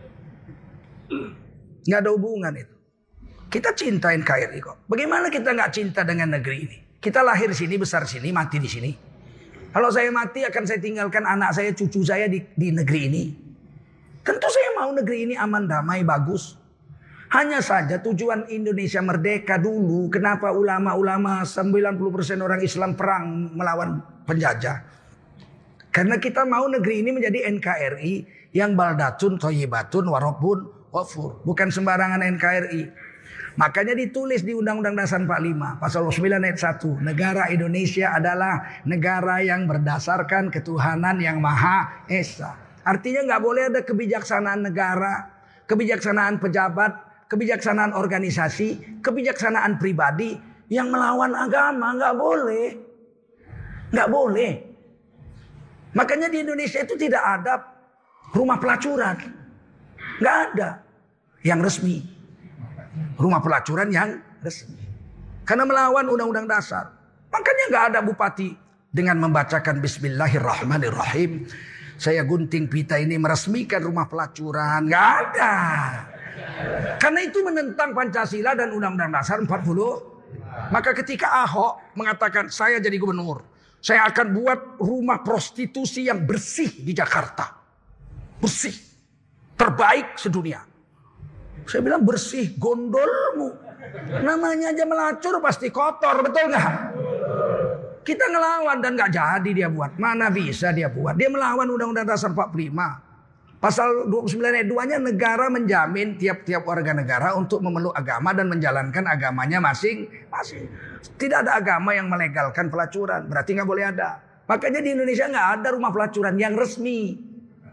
nggak ada hubungan itu. Kita cinta N K R I kok. Bagaimana kita nggak cinta dengan negeri ini? Kita lahir di sini, besar di sini, mati di sini. Kalau saya mati akan saya tinggalkan anak saya, cucu saya di, di negeri ini. Tentu saya mau negeri ini aman, damai, bagus. Hanya saja tujuan Indonesia merdeka dulu, kenapa ulama-ulama sembilan puluh persen orang Islam perang melawan penjajah? Karena kita mau negeri ini menjadi N K R I yang baldatun, thayyibatun, warabun, wafur. Bukan sembarangan N K R I. Makanya ditulis di Undang-Undang Dasar empat puluh lima pasal sembilan ayat satu, negara Indonesia adalah negara yang berdasarkan ketuhanan yang Maha Esa. Artinya nggak boleh ada kebijaksanaan negara, kebijaksanaan pejabat, kebijaksanaan organisasi, kebijaksanaan pribadi yang melawan agama. Nggak boleh. Nggak boleh. Makanya di Indonesia itu tidak ada rumah pelacuran. Nggak ada yang resmi. Rumah pelacuran yang resmi. Karena melawan undang-undang dasar. Makanya nggak ada bupati dengan membacakan Bismillahirrahmanirrahim, saya gunting pita ini meresmikan rumah pelacuran. Nggak ada. Karena itu menentang Pancasila dan Undang-Undang Dasar empat puluh. Maka ketika Ahok mengatakan saya jadi gubernur, saya akan buat rumah prostitusi yang bersih di Jakarta. Bersih. Terbaik sedunia. Saya bilang bersih gondolmu. Namanya aja melacur pasti kotor, betul nggak? Kita ngelawan dan nggak jadi dia buat. Mana bisa dia buat? Dia melawan Undang-Undang Dasar empat puluh lima. Pasal dua puluh sembilan ayat dua-nya negara menjamin tiap-tiap warga negara untuk memeluk agama dan menjalankan agamanya masing-masing. Tidak ada agama yang melegalkan pelacuran. Berarti nggak boleh ada. Makanya di Indonesia nggak ada rumah pelacuran yang resmi.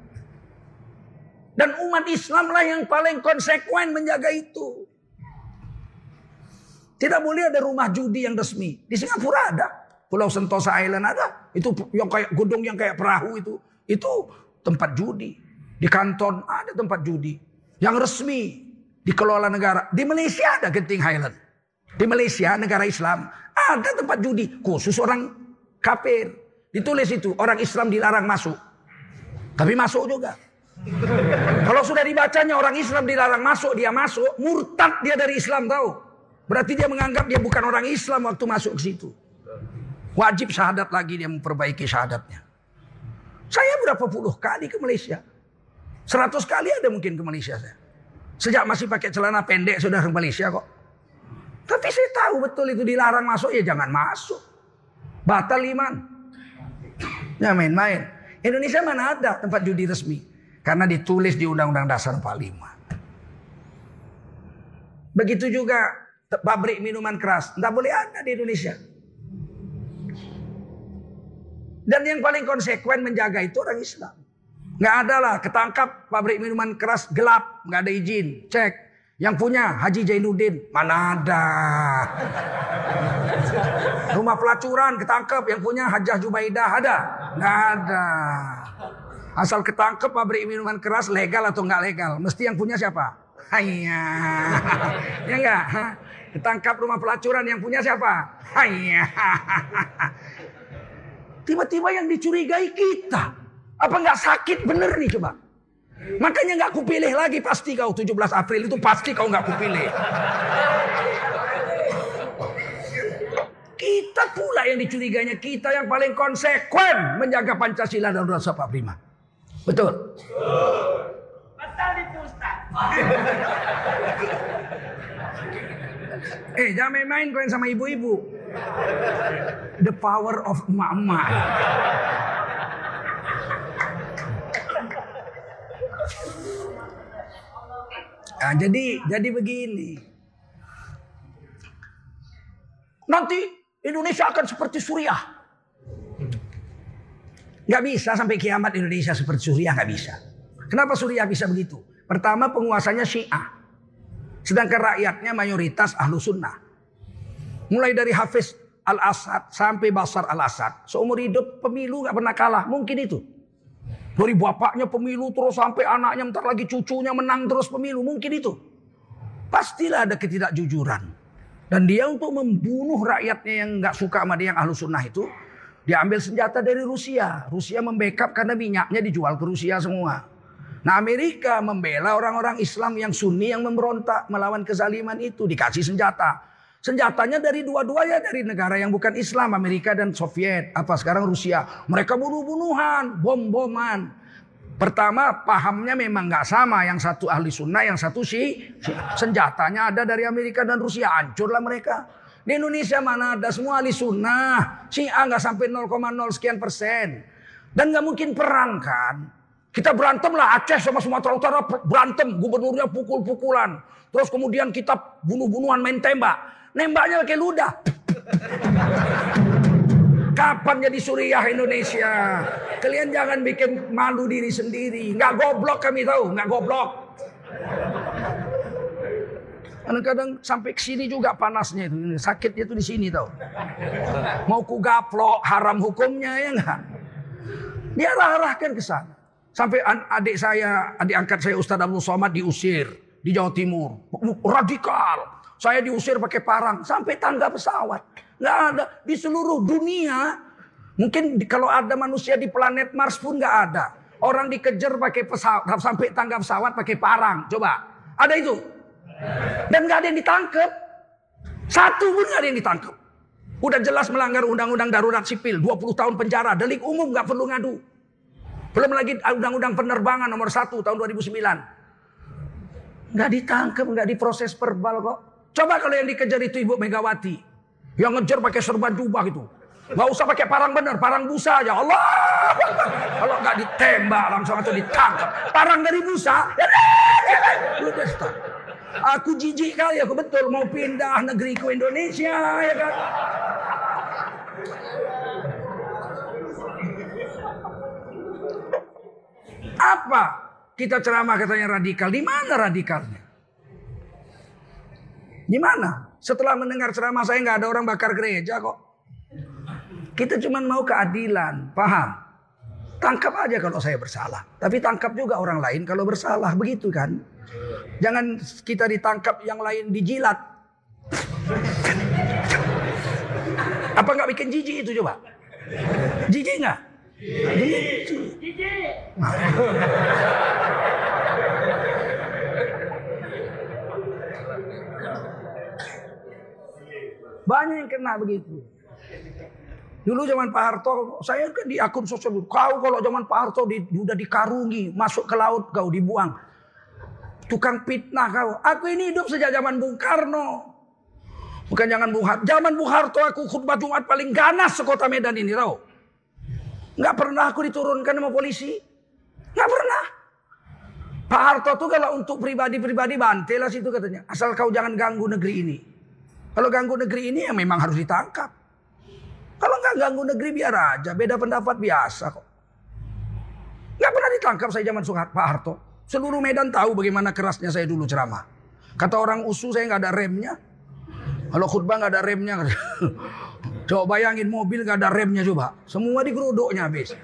Dan umat Islam lah yang paling konsekuen menjaga itu. Tidak boleh ada rumah judi yang resmi. Di Singapura ada. Pulau Sentosa Island ada. Itu yang kayak gedung yang kayak perahu itu. Itu tempat judi. Di Kanton ada tempat judi. Yang resmi. Dikelola negara. Di Malaysia ada Genting Highland. Di Malaysia negara Islam. Ada tempat judi. Khusus orang kafir. Ditulis itu. Orang Islam dilarang masuk. Tapi masuk juga. Kalau sudah dibacanya orang Islam dilarang masuk, dia masuk, murtad dia dari Islam, tahu? Berarti dia menganggap dia bukan orang Islam waktu masuk ke situ. Wajib syahadat lagi dia memperbaiki syahadatnya. Saya berapa puluh kali ke Malaysia. Seratus kali ada mungkin ke Malaysia saya. Sejak masih pakai celana pendek sudah ke Malaysia kok. Tapi saya tahu betul itu dilarang masuk, ya jangan masuk. Batal iman. Ya main-main. Indonesia mana ada tempat judi resmi? Karena ditulis di Undang-Undang Dasar empat puluh lima. Begitu juga pabrik minuman keras. Tidak boleh ada di Indonesia. Dan yang paling konsekuen menjaga itu orang Islam. Nggak ada lah ketangkap pabrik minuman keras gelap. Nggak ada izin. Cek. Yang punya Haji Jainuddin. Mana ada. Rumah pelacuran ketangkep. Yang punya Hajah Jubaidah. Ada? Nggak ada. Asal ketangkep pabrik minuman keras legal atau nggak legal. Mesti yang punya siapa? Hayya. Ya nggak? Ketangkap rumah pelacuran yang punya siapa? Hayya. Tiba-tiba yang dicurigai kita. Apa nggak sakit bener nih coba? Makanya nggak kupilih lagi pasti kau tujuh belas April itu pasti kau nggak kupilih. Kita pula yang dicurigainya, kita yang paling konsekuen menjaga Pancasila dan Undang-Undang empat puluh lima. Betul? Betul itu Ustaz. Eh jangan main-main kalian sama ibu-ibu. The power of emak-emak. Nah, jadi jadi begini. Nanti Indonesia akan seperti Suriah. Gak bisa sampai kiamat Indonesia seperti Suriah, gak bisa. Kenapa Suriah bisa begitu? Pertama penguasanya Syiah. Sedangkan rakyatnya mayoritas Ahlu Sunnah. Mulai dari Hafiz Al-Assad sampai Bashar Al-Assad. Seumur hidup pemilu gak pernah kalah. Mungkin itu. Dari bapaknya pemilu terus sampai anaknya, bentar lagi cucunya menang terus pemilu. Mungkin itu. Pastilah ada ketidakjujuran. Dan dia untuk membunuh rakyatnya yang gak suka sama dia, yang Ahlu Sunnah itu. Dia ambil senjata dari Rusia. Rusia membackup karena minyaknya dijual ke Rusia semua. Nah Amerika membela orang-orang Islam yang Sunni yang memberontak melawan kezaliman itu. Dikasih senjata. Senjatanya dari dua-duanya dari negara yang bukan Islam. Amerika dan Soviet. Apa sekarang Rusia. Mereka bunuh-bunuhan. Bom-boman. Pertama pahamnya memang gak sama. Yang satu ahli sunnah, yang satu syi. Senjatanya ada dari Amerika dan Rusia. Hancurlah mereka. Di Indonesia mana ada semua ahli sunnah. Syiah gak sampai nol koma nol sekian persen. Dan gak mungkin perang kan. Kita berantem lah Aceh sama Sumatera Utara berantem. Gubernurnya pukul-pukulan. Terus kemudian kita bunuh-bunuhan main tembak. Nembaknya pakai ludah. Kapan jadi Suriah Indonesia? Kalian jangan bikin malu diri sendiri. Nggak goblok kami tahu. Nggak goblok. Kadang-kadang sampai ke sini juga panasnya itu. Sakitnya itu di sini tahu. Mau ku gaplok haram hukumnya ya nggak? Dia arahkan ke sana. Sampai adik saya, adik angkat saya Ustadz Abdul Somad diusir di Jawa Timur. Radikal. Saya diusir pakai parang sampai tangga pesawat. Nggak ada di seluruh dunia. Mungkin kalau ada manusia di planet Mars pun nggak ada. Orang dikejar pakai pesawat sampai tangga pesawat pakai parang. Coba, ada itu? Dan nggak ada yang ditangkap. Satu pun nggak ada yang ditangkap. Udah jelas melanggar undang-undang darurat sipil, dua puluh tahun penjara, delik umum nggak perlu ngadu. Belum lagi undang-undang penerbangan nomor satu tahun dua ribu sembilan. Nggak ditangkap, nggak diproses verbal kok. Coba kalau yang dikejar itu Ibu Megawati. Yang ngejar pakai serban jubah itu. Nggak usah pakai parang bener, parang busa aja. Allah. Kalau nggak ditembak langsung atau ditangkap. Parang dari busa. Udah stop. Aku jijik kali, aku betul mau pindah negeriku Indonesia ya kan. Apa kita ceramah katanya radikal? Di mana radikalnya? Di mana? Setelah mendengar ceramah saya nggak ada orang bakar gereja kok. Kita cuma mau keadilan, paham? Tangkap aja kalau saya bersalah, tapi tangkap juga orang lain kalau bersalah, begitu kan? Jangan kita ditangkap yang lain dijilat. Apa nggak bikin jijik itu coba? Jijik nggak? Jijik. Banyak yang kena begitu. Dulu zaman Pak Harto, saya kan di akun sosial, kau kalau zaman Pak Harto di, udah dikarungi, masuk ke laut kau dibuang. Tukang fitnah kau. Aku ini hidup sejak zaman Bung Karno. Bukan jangan Bung Harto. Zaman Bung Harto aku khutbah Jumat paling ganas sekota Medan ini tahu. Nggak pernah aku diturunkan sama polisi. Nggak pernah. Pak Harto tuh kalau untuk pribadi-pribadi bantai lah situ katanya. Asal kau jangan ganggu negeri ini. Kalau ganggu negeri ini ya memang harus ditangkap. Kalau nggak ganggu negeri biar aja. Beda pendapat biasa kok. Nggak pernah ditangkap saya zaman Pak Harto. Seluruh Medan tahu bagaimana kerasnya saya dulu ceramah. Kata orang U S U saya nggak ada remnya. Kalau khutbah nggak ada remnya. Coba bayangin mobil nggak ada remnya coba. Semua digeruduknya habis.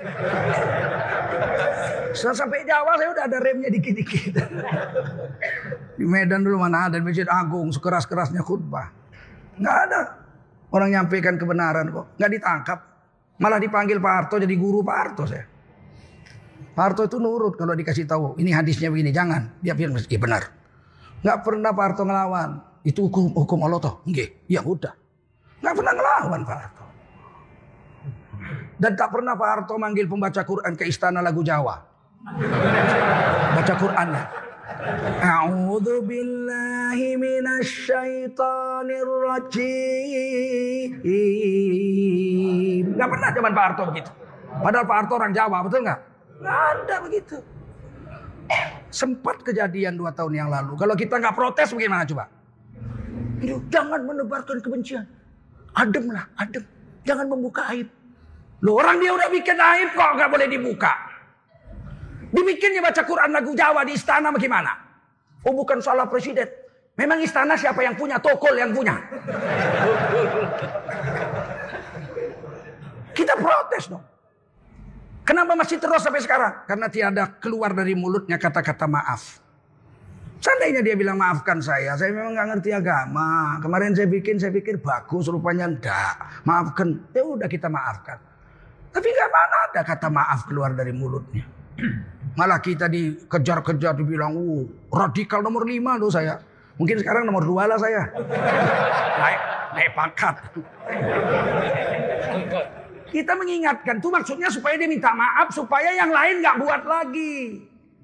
Sampai Jawa saya udah ada remnya dikit-dikit. Di Medan dulu mana ada Masjid Agung sekeras-kerasnya khutbah. Nggak ada. Orang nyampaikan kebenaran kok. Nggak ditangkap. Malah dipanggil Pak Harto jadi guru Pak Harto saya. Pak Harto itu nurut kalau dikasih tahu. Ini hadisnya begini. Jangan. Dia bilang iya benar. Nggak pernah Pak Harto ngelawan. Itu hukum, hukum Allah toh. Nggih. Ya udah. Nggak pernah ngelawan Pak Harto. Dan tak pernah Pak Harto manggil pembaca Quran ke istana lagu Jawa. Baca Qurannya. A'udzu billahi minasy syaithanir rajim. Enggak pernah zaman Pak Harto begitu. Padahal Pak Harto orang Jawa, betul enggak? Enggak ada begitu. Sempat kejadian dua tahun yang lalu. Kalau kita enggak protes bagaimana coba? Jangan menebarkan kebencian. Ademlah, adem. Jangan membuka aib. Loh, orang dia udah bikin aib kok enggak boleh dibuka. Dibikinnya baca Quran lagu Jawa di istana bagaimana? Oh bukan salah presiden. Memang istana siapa yang punya? Tokol yang punya. Kita protes dong. Kenapa masih terus sampai sekarang? Karena tiada keluar dari mulutnya kata-kata maaf. Seandainya dia bilang maafkan saya. Saya memang gak ngerti agama. Kemarin saya bikin, saya pikir bagus. Rupanya enggak. Maafkan. Ya udah kita maafkan. Tapi gak mana ada kata maaf keluar dari mulutnya. Malah kita dikejar-kejar dibilang, uh, radikal nomor lima loh saya. Mungkin sekarang nomor dua lah saya. Naik, naik pangkat. Kita mengingatkan tuh maksudnya supaya dia minta maaf. Supaya yang lain gak buat lagi.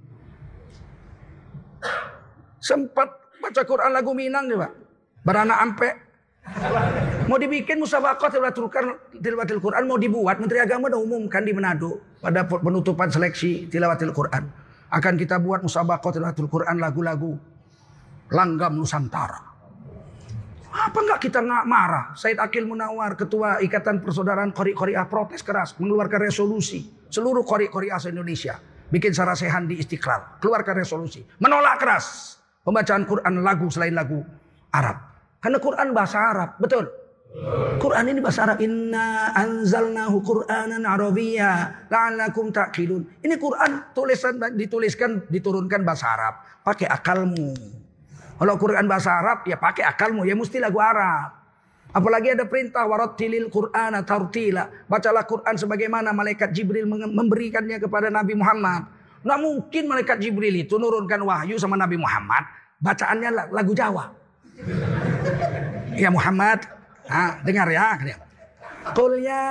Sempat baca Quran lagu Minang nih Pak. Barana Ampe. Mau dibikin musabaqah tilawatil Quran, mau dibuat. Menteri Agama udah umumkan di Manado pada penutupan seleksi tilawatil Quran. Akan kita buat musabaqah tilawatil Quran lagu-lagu langgam Nusantara. Apa enggak kita nggak marah? Said Akil Munawar, Ketua Ikatan Persaudaraan Qori-Qori'ah protes keras, mengeluarkan resolusi seluruh Qori-Qori'ah se-Indonesia. Bikin sarasehan di Istiqlal, keluarkan resolusi. Menolak keras pembacaan Quran lagu selain lagu Arab. Karena Quran bahasa Arab, betul? Quran ini bahasa Arab. Inna anzalnahu Qur'anan Arabiyya la'allakum ta'qilun. Ini Quran tulisan dituliskan diturunkan bahasa Arab. Pakai akalmu. Kalau Quran bahasa Arab ya pakai akalmu, ya mesti lagu Arab. Apalagi ada perintah warattilil Qur'ana tartila. Bacalah Quran sebagaimana malaikat Jibril memberikannya kepada Nabi Muhammad. Nggak mungkin malaikat Jibril itu nurunkan wahyu sama Nabi Muhammad, bacaannya lagu Jawa. Ya Muhammad, ah, dengar ya. Qul ya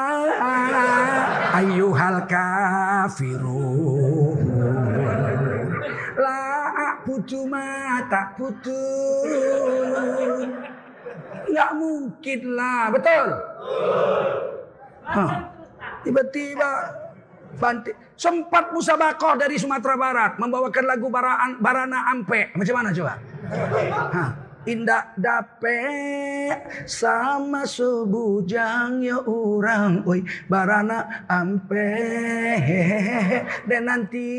ayyuhal kafirun la a'budu ma ta'budun. Nggak mungkin lah, betul? Hah. Tiba-tiba Banti. Sempat musabaqah dari Sumatera Barat membawakan lagu Baraan, Barana Ampe. Macam mana coba? Hah. Indak dapet sama sebujang ya orang, oi Barana Ampe dan nanti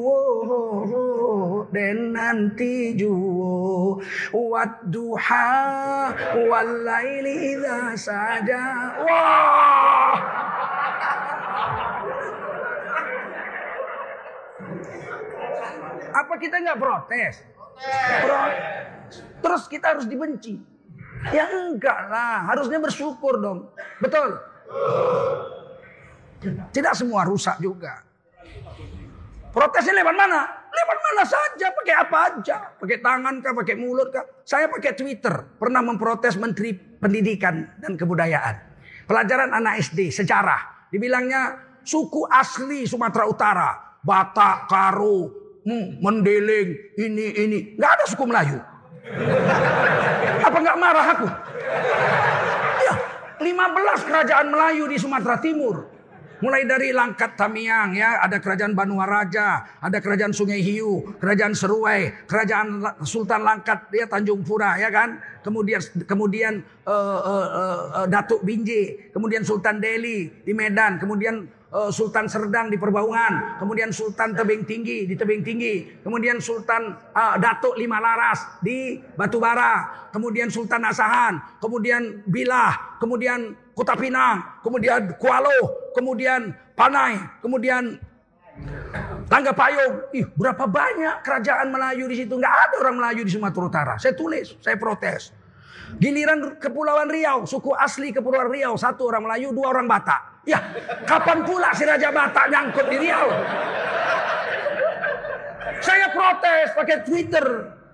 juwo dan nanti juwo wadduha walaili idza saja. Wah, apa kita nggak protes? Protes. Terus kita harus dibenci? Ya enggak lah, harusnya bersyukur dong. Betul? Tidak semua rusak juga. Protesnya lewat mana? Lewat mana saja, pakai apa aja. Pakai tangan kah, pakai mulut kah. Saya pakai Twitter. Pernah memprotes Menteri P pendidikan dan kebudayaan. Pelajaran anak S D, sejarah. Dibilangnya suku asli Sumatera Utara. Batak, Karo, hmm, Mendeleng, ini, ini. Nggak ada suku Melayu. Apa nggak marah aku? Ya, lima belas kerajaan Melayu di Sumatera Timur. Mulai dari Langkat Tamiang, ya, ada kerajaan Banuaraja, ada kerajaan Sungai Hiu, kerajaan Seruai, kerajaan Sultan Langkat, ya, Tanjung Pura, ya kan. Kemudian kemudian uh, uh, uh, Datuk Binjai, kemudian Sultan Delhi di Medan, kemudian uh, Sultan Serdang di Perbaungan, kemudian Sultan Tebing Tinggi di Tebing Tinggi, kemudian Sultan uh, Datuk Lima Laras di Batubara, kemudian Sultan Asahan, kemudian Bilah, kemudian Kota Pinang, kemudian Kualo, kemudian Panai, kemudian Tangga Payung. Ih, berapa banyak kerajaan Melayu di situ? Nggak ada orang Melayu di Sumatera Utara. Saya tulis, saya protes. Giliran Kepulauan Riau, suku asli Kepulauan Riau, satu orang Melayu, dua orang Batak. Ya, kapan pula si Raja Batak nyangkut di Riau? Saya protes pakai Twitter.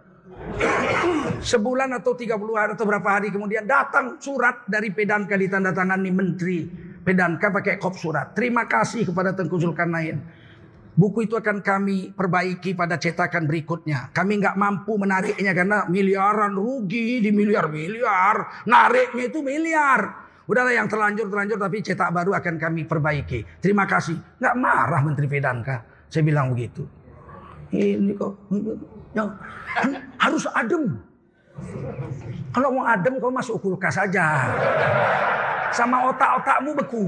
Sebulan atau tiga puluh hari atau berapa hari kemudian datang surat dari Pedanka ditandatangani Menteri Pedanka pakai kop surat. Terima kasih kepada Tengku Zulkarnain. Buku itu akan kami perbaiki pada cetakan berikutnya. Kami nggak mampu menariknya karena miliaran, rugi di miliar-miliar. Nariknya itu miliar. Udahlah yang terlanjur terlanjur tapi cetak baru akan kami perbaiki. Terima kasih. Nggak marah Menteri Pedanka. Saya bilang begitu. Ini kok ya, harus adem. Kalau mau adem kau masuk kulkas saja. Sama otak-otakmu beku.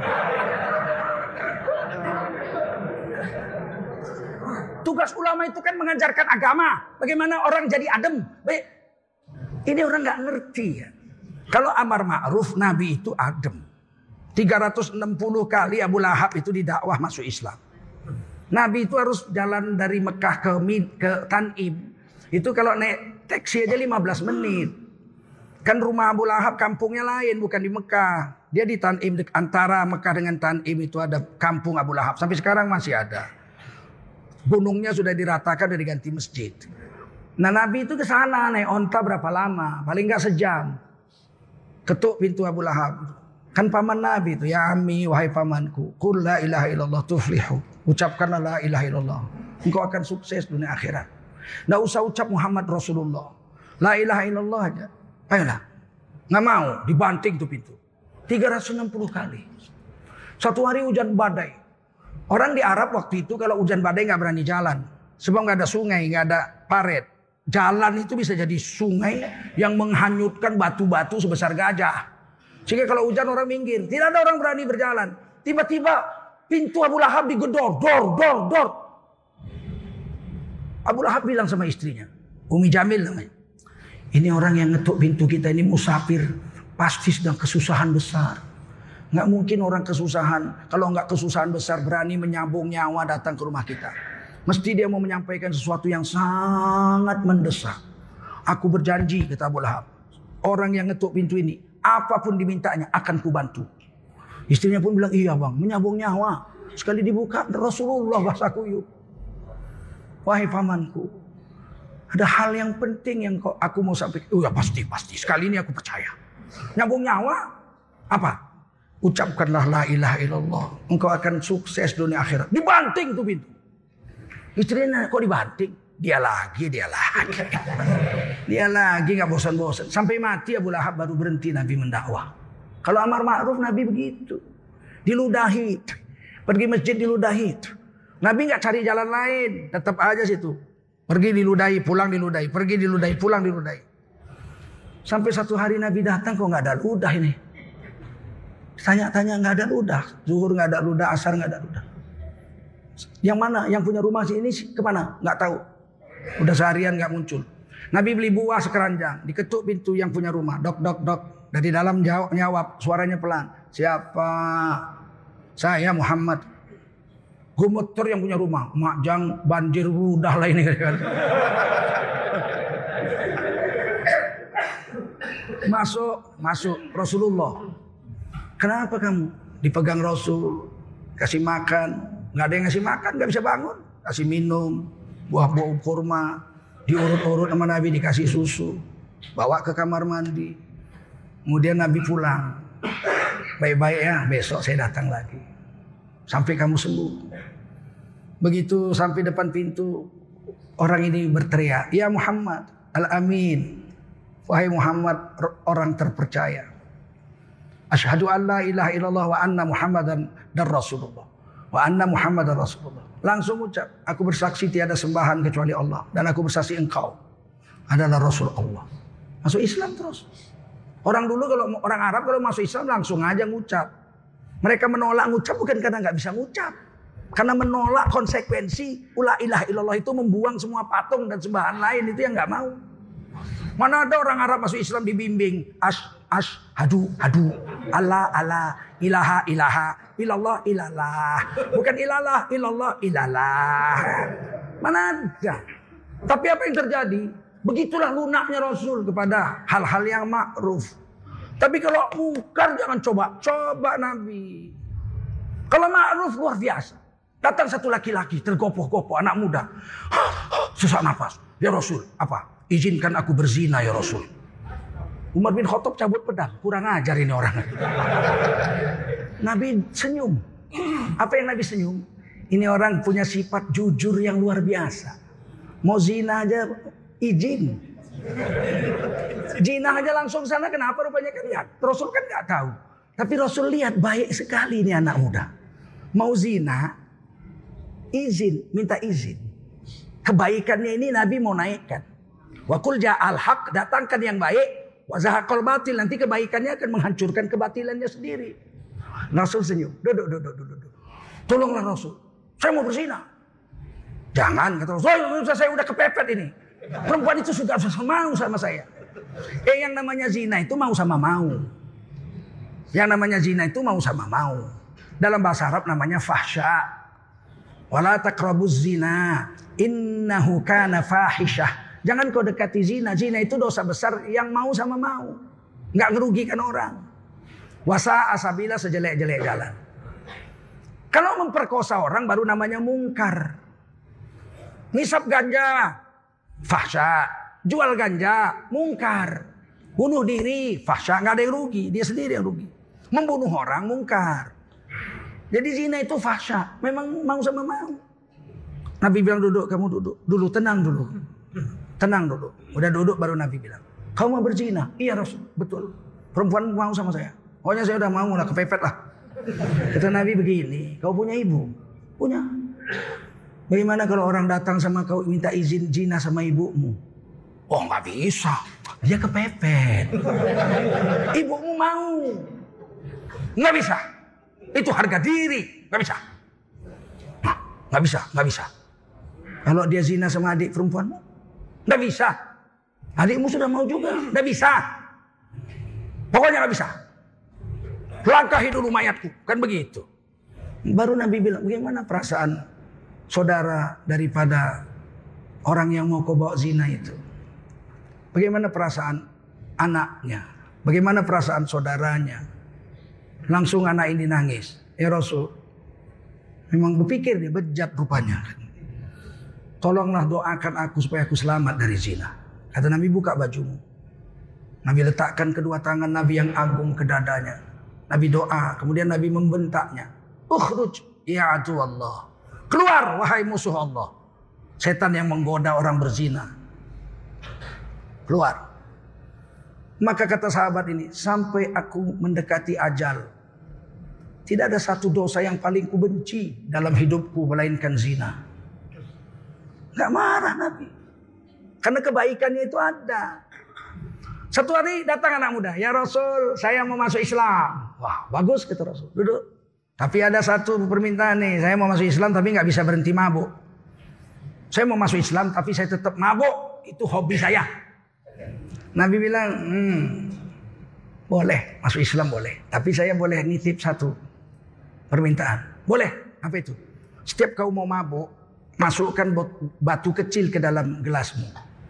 Tugas ulama itu kan mengajarkan agama. Bagaimana orang jadi adem. Baik. Ini orang nggak ngerti ya. Kalau amar ma'ruf, Nabi itu adem. tiga ratus enam puluh kali Abu Lahab itu didakwah masuk Islam. Nabi itu harus jalan dari Mekah ke ke Tanim. Itu kalau naik taksi aja lima belas menit. Kan rumah Abu Lahab kampungnya lain, bukan di Mekah. Dia di Tanim, antara Mekah dengan Tanim itu ada kampung Abu Lahab. Sampai sekarang masih ada. Gunungnya sudah diratakan, sudah diganti masjid. Nah Nabi itu ke sana naik onta berapa lama? Paling nggak sejam. Ketuk pintu Abu Lahab. Kan paman Nabi itu, ya ami wahai pamanku, qul la ilaha illallah tuflihu. Ucapkanlah la ilaha illallah. Engkau akan sukses dunia akhirat. Nggak usah ucap Muhammad Rasulullah. La ilaha illallah aja. Ayolah. Nggak mau, dibanting tuh pintu. tiga ratus enam puluh kali. Satu hari hujan badai. Orang di Arab waktu itu kalau hujan badai nggak berani jalan. Sebab nggak ada sungai, nggak ada parit. Jalan itu bisa jadi sungai yang menghanyutkan batu-batu sebesar gajah. Sehingga kalau hujan orang minggir. Tidak ada orang berani berjalan. Tiba-tiba pintu Abu Lahab digedor. Dor, dor, dor. Abu Lahab bilang sama istrinya. Umi Jamil namanya. Ini orang yang ngetuk pintu kita ini musafir. Pasti sedang kesusahan besar. Nggak mungkin orang kesusahan. Kalau nggak kesusahan besar berani menyambung nyawa datang ke rumah kita. Mesti dia mau menyampaikan sesuatu yang sangat mendesak. Aku berjanji, kata Abu Lahab. Orang yang ngetuk pintu ini, apapun dimintanya akan kubantu. Istrinya pun bilang, iya bang, menyambung nyawa. Sekali dibuka, Rasulullah bahasa kuyup. Wahai pamanku, ada hal yang penting yang kau, aku mau sampaikan. Oh ya pasti, pasti. Sekali ini aku percaya. Nyambung nyawa, apa? Ucapkanlah la ilaha illallah. Engkau akan sukses dunia akhirat. Dibanting tuh pintu. Istrinya kok dibanting? Dia lagi, dia lagi. Dia lagi gak bosan-bosan. Sampai mati Abu Lahab baru berhenti Nabi mendakwah. Kalau amar ma'ruf Nabi begitu. Diludahi. Pergi masjid diludahi. Nabi gak cari jalan lain. Tetap aja situ. Pergi diludahi, pulang diludahi. Pergi diludahi, pulang diludahi. Sampai satu hari Nabi datang kok gak ada ludah ini. Tanya-tanya gak ada ludah. Zuhur gak ada ludah, asar gak ada ludah. Yang mana? Yang punya rumah sini kemana? Nggak tahu. Udah seharian nggak muncul. Nabi beli buah sekeranjang. Diketuk pintu yang punya rumah. Dok, dok, dok. Dari dalam jawab, nyawab. Suaranya pelan. Siapa? Saya Muhammad. Gemeter yang punya rumah. Makjang banjir udah lah ini. Masuk. Masuk. Rasulullah. Kenapa kamu? Dipegang Rasul. Kasih makan. Nggak ada yang ngasih makan, nggak bisa bangun. Kasih minum, buah-buah kurma, diurut-urut sama Nabi dikasih susu, bawa ke kamar mandi, Kemudian Nabi pulang. Baik-baik ya, besok saya datang lagi. Sampai kamu sembuh. Begitu sampai depan pintu, orang ini berteriak, "Ya Muhammad, Al-Amin." Wahai Muhammad, orang terpercaya. Asyhadu an la ilaha illallah wa anna Muhammadan dan Rasulullah. Wa anna Muhammadan Rasulullah. Langsung ucap, aku bersaksi tiada sembahan kecuali Allah. Dan aku bersaksi engkau adalah Rasul Allah. Masuk Islam terus. Orang dulu kalau orang Arab kalau masuk Islam langsung aja ngucap. Mereka menolak ngucap bukan karena nggak bisa ngucap. Karena menolak konsekuensi la ilaha illallah itu membuang semua patung dan sembahan lain, itu yang nggak mau. Mana ada orang Arab masuk Islam dibimbing ash ash hadu hadu Allah Allah ilaha ilaha ilallah ilallah, bukan ilallah ilallah ilallah. Mana ada. Tapi apa yang terjadi? Begitulah lunaknya Rasul kepada hal-hal yang ma'ruf. Tapi kalau mungkar jangan coba coba Nabi. Kalau ma'ruf luar biasa. Datang satu laki-laki tergopoh-gopoh anak muda, sesak nafas. Ya Rasul, apa? Izinkan aku berzina ya Rasul. Umar bin Khattab cabut pedang. Kurang ajar ini orang. Nabi senyum. Apa yang Nabi senyum? Ini orang punya sifat jujur yang luar biasa. Mau zina aja izin. Zina aja langsung sana. Kenapa rupanya kan lihat? Rasul kan nggak tahu. Tapi Rasul lihat baik sekali ini anak muda. Mau zina, izin, minta izin. Kebaikannya ini Nabi mau naikkan. Wa qul ja'al haq, datangkan yang baik. Wa zahaqal batil, nanti kebaikannya akan menghancurkan kebatilannya sendiri. Rasul senyum. Duduk, duduk, duduk, duduk. Tolonglah Rasul. Saya mau berzina. Jangan, kata Rasul. Saya udah kepepet ini. Perempuan itu sudah mau sama saya. Eh, yang namanya zina itu mau sama mau. Yang namanya zina itu mau sama mau. Dalam bahasa Arab namanya fahsya. Wala taqrabuz zina innahu kana fahisyah. Jangan kau dekati zina. Zina itu dosa besar yang mau sama mau. Nggak ngerugikan orang. Wasa asabila sejelek-jelek jalan. Kalau memperkosa orang baru namanya mungkar. Ngisap ganja, fahsya. Jual ganja, mungkar. Bunuh diri, fahsya. Nggak ada yang rugi, dia sendiri yang rugi. Membunuh orang, mungkar. Jadi zina itu fahsya. Memang mau sama mau. Nabi bilang duduk, kamu duduk. Dulu, tenang dulu. Tenang dulu. Udah duduk baru Nabi bilang, kau mau berzina? Iya Rasul, betul. Perempuan mau sama saya. Pokoknya saya udah mau lah, kepepet lah. Kata Nabi begini, kau punya ibu? Punya. Bagaimana kalau orang datang sama kau minta izin zina sama ibumu? Oh nggak bisa, dia kepepet. Ibumu mau. Nggak bisa. Itu harga diri. Nggak bisa. Nah, nggak bisa, nggak bisa. Kalau dia zina sama adik perempuanmu? Nggak bisa. Adikmu sudah mau juga. Nggak bisa. Pokoknya nggak bisa. Langkahi dulu mayatku. Kan begitu. Baru Nabi bilang, bagaimana perasaan saudara daripada orang yang mau kau bawa zina itu? Bagaimana perasaan anaknya? Bagaimana perasaan saudaranya? Langsung anak ini nangis. Ya Rasul, memang berpikir dia bejat rupanya. Tolonglah doakan aku supaya aku selamat dari zina. Kata Nabi, buka bajumu. Nabi letakkan kedua tangan Nabi yang agung ke dadanya. Nabi doa. Kemudian Nabi membentaknya. Ukhruj ya adu Allah. Keluar wahai musuh Allah. Setan yang menggoda orang berzina. Keluar. Maka kata sahabat ini, sampai aku mendekati ajal, tidak ada satu dosa yang paling kubenci dalam hidupku melainkan zina. Gak marah Nabi. Karena kebaikannya itu ada. Satu hari datang anak muda. Ya Rasul, saya mau masuk Islam. Wah bagus kata Rasul. Duduk. Tapi ada satu permintaan nih. Saya mau masuk Islam tapi gak bisa berhenti mabuk. Saya mau masuk Islam tapi saya tetap mabuk. Itu hobi saya. Nabi bilang, hmm, boleh masuk Islam boleh. Tapi saya boleh nitip satu permintaan. Boleh. Apa itu? Setiap kau mau mabuk, masukkan batu kecil ke dalam gelasmu.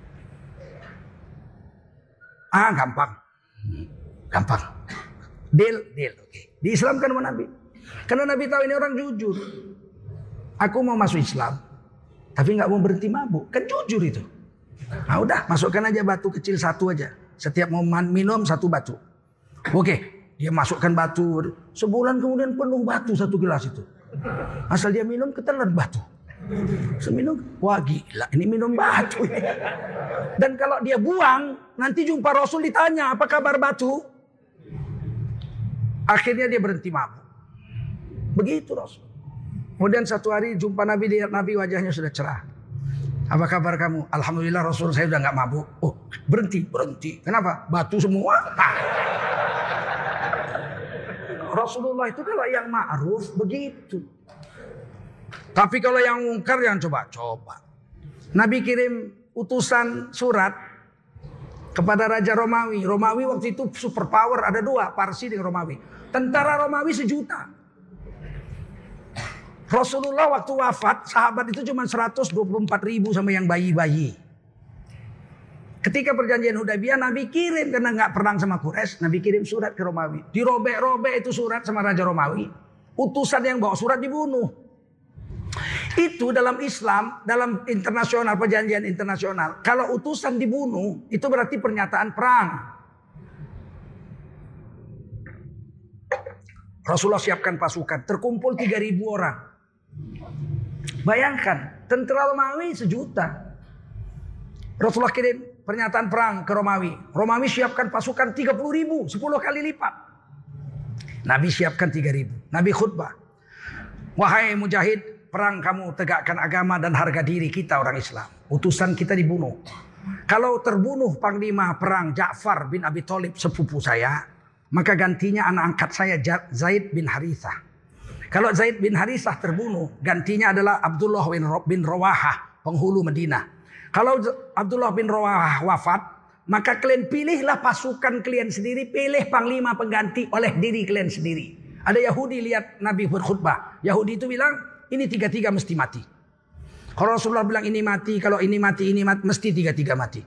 Ah, gampang. Gampang. Deal, deal. Oke. Okay. Diislamkan sama Nabi. Karena Nabi tahu ini orang jujur. Aku mau masuk Islam, tapi nggak mau berhenti mabuk. Kan jujur itu. Nah udah, masukkan aja batu kecil satu aja. Setiap mau minum satu batu. Oke, dia masukkan batu. Sebulan kemudian penuh batu satu gelas itu. Asal dia minum ketelan batu. Seminum, wah gila ini minum batu. Dan kalau dia buang, nanti jumpa Rasul ditanya apa kabar batu. Akhirnya dia berhenti mabuk. Begitu Rasul. Kemudian satu hari jumpa Nabi, lihat Nabi wajahnya sudah cerah. Apa kabar kamu? Alhamdulillah Rasul, saya udah nggak mabuk. Oh berhenti, berhenti. Kenapa? Batu semua. Nah. Rasulullah itu kalau yang ma'ruf begitu. Tapi kalau yang mungkar yang coba-coba. Nabi kirim utusan surat kepada Raja Romawi. Romawi waktu itu super power, ada dua, Parsi dan Romawi. Tentara Romawi sejuta. Rasulullah waktu wafat, sahabat itu cuma seratus dua puluh empat ribu sama yang bayi-bayi. Ketika perjanjian Hudaybiyah, Nabi kirim karena nggak perang sama Quraisy, Nabi kirim surat ke Romawi. Dirobek-robek itu surat sama Raja Romawi. Utusan yang bawa surat dibunuh. Itu dalam Islam, dalam internasional, perjanjian internasional. Kalau utusan dibunuh, itu berarti pernyataan perang. Rasulullah siapkan pasukan, terkumpul tiga ribu orang. Bayangkan, tentara Romawi sejuta. Rasulullah kirim pernyataan perang ke Romawi. Romawi siapkan pasukan tiga puluh ribu, sepuluh kali lipat. Nabi siapkan tiga ribu. Nabi khutbah. Wahai mujahid, perang kamu tegakkan agama dan harga diri kita orang Islam. Utusan kita dibunuh. Kalau terbunuh panglima perang Ja'far bin Abi Thalib sepupu saya, maka gantinya anak angkat saya Zaid bin Harithah. Kalau Zaid bin Harithah terbunuh, gantinya adalah Abdullah bin Rawahah, penghulu Madinah. Kalau Abdullah bin Rawahah wafat, maka kalian pilihlah pasukan kalian sendiri, pilih panglima pengganti oleh diri kalian sendiri. Ada Yahudi lihat Nabi berkhutbah. Yahudi itu bilang, ini tiga-tiga mesti mati. Kalau Rasulullah bilang ini mati, kalau ini mati, ini mati, mesti tiga-tiga mati.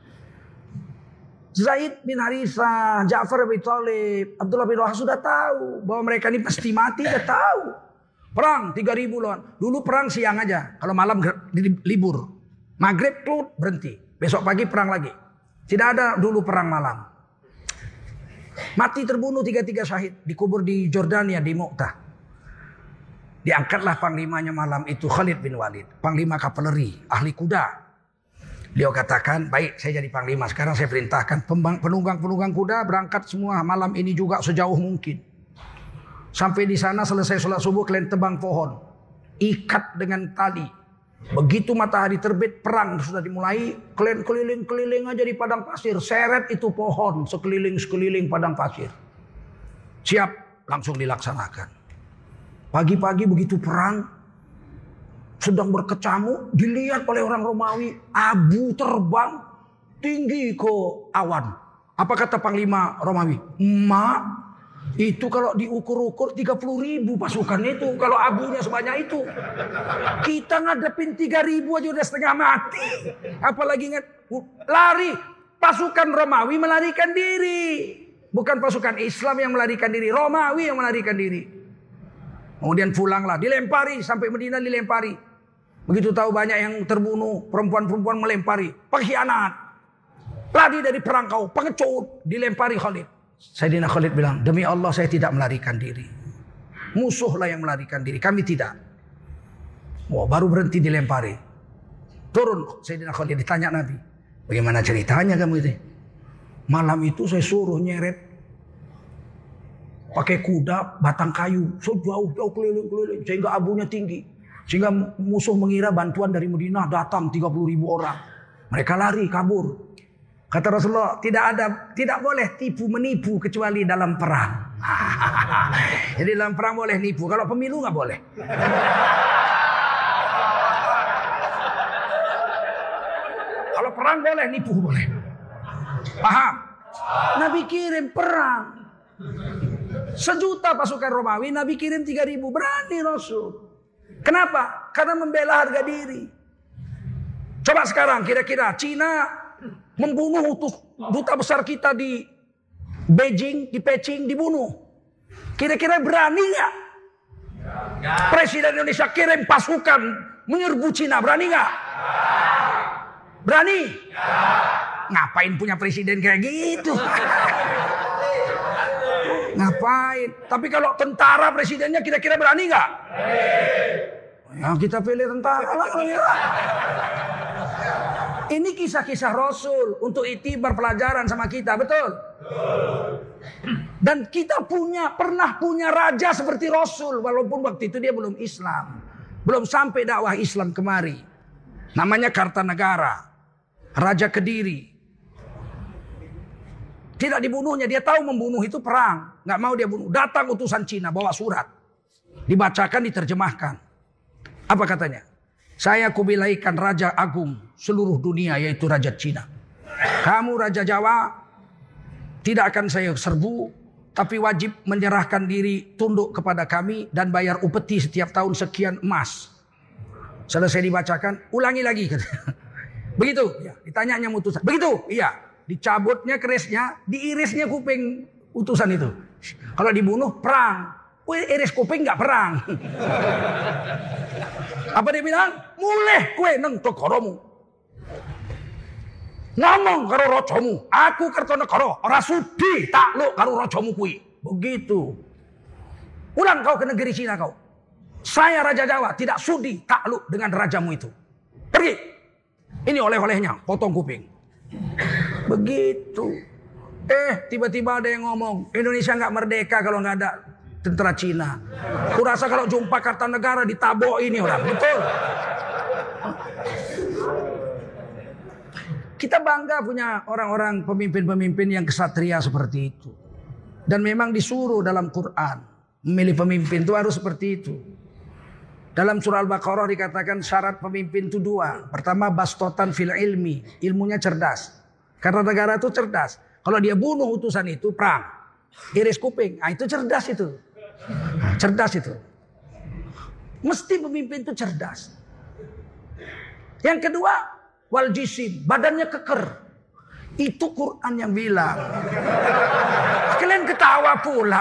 Zaid bin Harithah, Ja'far bin Thalib, Abdullah bin Rawahah sudah tahu bahwa mereka ini pasti mati, sudah tahu. Perang tiga ribu lawan. Dulu perang siang aja, kalau malam libur. Maghrib tuh berhenti, besok pagi perang lagi. Tidak ada dulu perang malam. Mati terbunuh tiga-tiga syahid, dikubur di Jordania di Mu'tah. Diangkatlah panglimanya malam itu Khalid bin Walid. Panglima kavaleri, ahli kuda. Beliau katakan, baik saya jadi panglima. Sekarang saya perintahkan penunggang-penunggang kuda berangkat semua malam ini juga sejauh mungkin. Sampai di sana selesai sholat subuh kalian tebang pohon. Ikat dengan tali. Begitu matahari terbit perang sudah dimulai. Kalian keliling-keliling aja di padang pasir. Seret itu pohon sekeliling-sekeliling padang pasir. Siap, langsung dilaksanakan. Pagi-pagi begitu perang sedang berkecamuk, dilihat oleh orang Romawi abu terbang tinggi ke awan. Apa kata panglima Romawi? Emak, itu kalau diukur-ukur tiga puluh ribu pasukan itu. Kalau abunya sebanyak itu. Kita ngadepin tiga ribu aja udah setengah mati. Apalagi ingat lari. Pasukan Romawi melarikan diri. Bukan pasukan Islam yang melarikan diri. Romawi yang melarikan diri. Kemudian pulanglah, dilempari sampai Madinah dilempari. Begitu tahu banyak yang terbunuh, perempuan-perempuan melempari, pengkhianat. Lari dari perang kau, pengecut, dilempari Khalid. Sayyidina Khalid bilang, demi Allah saya tidak melarikan diri. Musuhlah yang melarikan diri, kami tidak. Wah, baru berhenti dilempari. Turun Sayyidina Khalid, ditanya Nabi, bagaimana ceritanya kamu itu? Malam itu saya suruh nyeret pakai kuda batang kayu sejauh-jauh keliling-keliling sehingga abunya tinggi, sehingga musuh mengira bantuan dari Madinah datang tiga puluh ribu orang. Mereka lari kabur. Kata Rasulullah, tidak ada, tidak boleh tipu menipu kecuali dalam perang. Jadi dalam perang boleh nipu, kalau pemilu nggak boleh. Kalau perang boleh, nipu boleh. Paham? Nabi kirim perang. Sejuta pasukan Romawi, Nabi kirim tiga ribu. Berani Rasul. Kenapa? Karena membela harga diri. Coba sekarang kira-kira Cina membunuh duta besar kita di Beijing, di Peking dibunuh. Kira-kira berani nggak? Presiden Indonesia kirim pasukan menyerbu Cina, berani nggak? Berani? Ngapain punya presiden kayak gitu? Ngapain? Tapi kalau tentara presidennya kira-kira berani nggak? Ya kita pilih tentara lah. Ini kisah-kisah Rasul untuk itibar pelajaran sama kita, betul? Dan kita punya pernah punya raja seperti Rasul, walaupun waktu itu dia belum Islam, belum sampai dakwah Islam kemari. Namanya Kartanegara, Raja Kediri. Tidak dibunuhnya, dia tahu membunuh itu perang, nggak mau dia bunuh. Datang utusan Cina bawa surat, dibacakan, diterjemahkan. Apa katanya? Saya kubilaikan Raja Agung seluruh dunia, yaitu Raja Cina. Kamu Raja Jawa, tidak akan saya serbu, tapi wajib menyerahkan diri tunduk kepada kami dan bayar upeti setiap tahun sekian emas. Selesai dibacakan, ulangi lagi. Begitu, ya, ditanyanya utusan. Begitu, iya. Dicabutnya kerisnya, diirisnya kuping utusan itu. Kalau dibunuh, perang. Wih, iris kuping nggak perang. Apa dia bilang? Muleh kue neng tokoromu. Ngomong karo rojomu. Aku Kartanegara ora sudi takluk karo rojomu kui. Begitu. Pulang kau ke negeri Cina kau. Saya Raja Jawa tidak sudi takluk dengan rajamu itu. Pergi. Ini oleh-olehnya, potong kuping. Begitu. Eh, tiba-tiba ada yang ngomong, Indonesia nggak merdeka kalau nggak ada tentara Cina. Kurasa kalau jumpa Kartanegara ditabok ini orang. Betul. Kita bangga punya orang-orang pemimpin-pemimpin yang kesatria seperti itu. Dan memang disuruh dalam Quran. Memilih pemimpin itu harus seperti itu. Dalam surah Al-Baqarah dikatakan syarat pemimpin itu dua. Pertama, bastotan fil ilmi. Ilmunya cerdas. Kartanegara itu cerdas. Kalau dia bunuh utusan itu, perang. Iris kuping. Nah, itu cerdas itu. Nah, cerdas itu. Mesti pemimpin itu cerdas. Yang kedua, wal jisim. Badannya keker. Itu Quran yang bilang. Kalian ketawa pula.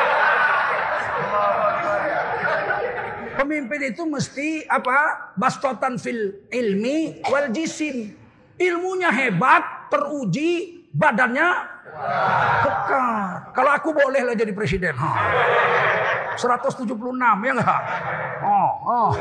Pemimpin itu mesti apa? Bastotan fil ilmi wal jisim. Ilmunya hebat, teruji, badannya kekar. Kalau aku boleh lah jadi presiden. Ha. seratus tujuh puluh enam ya enggak? Oh, oh.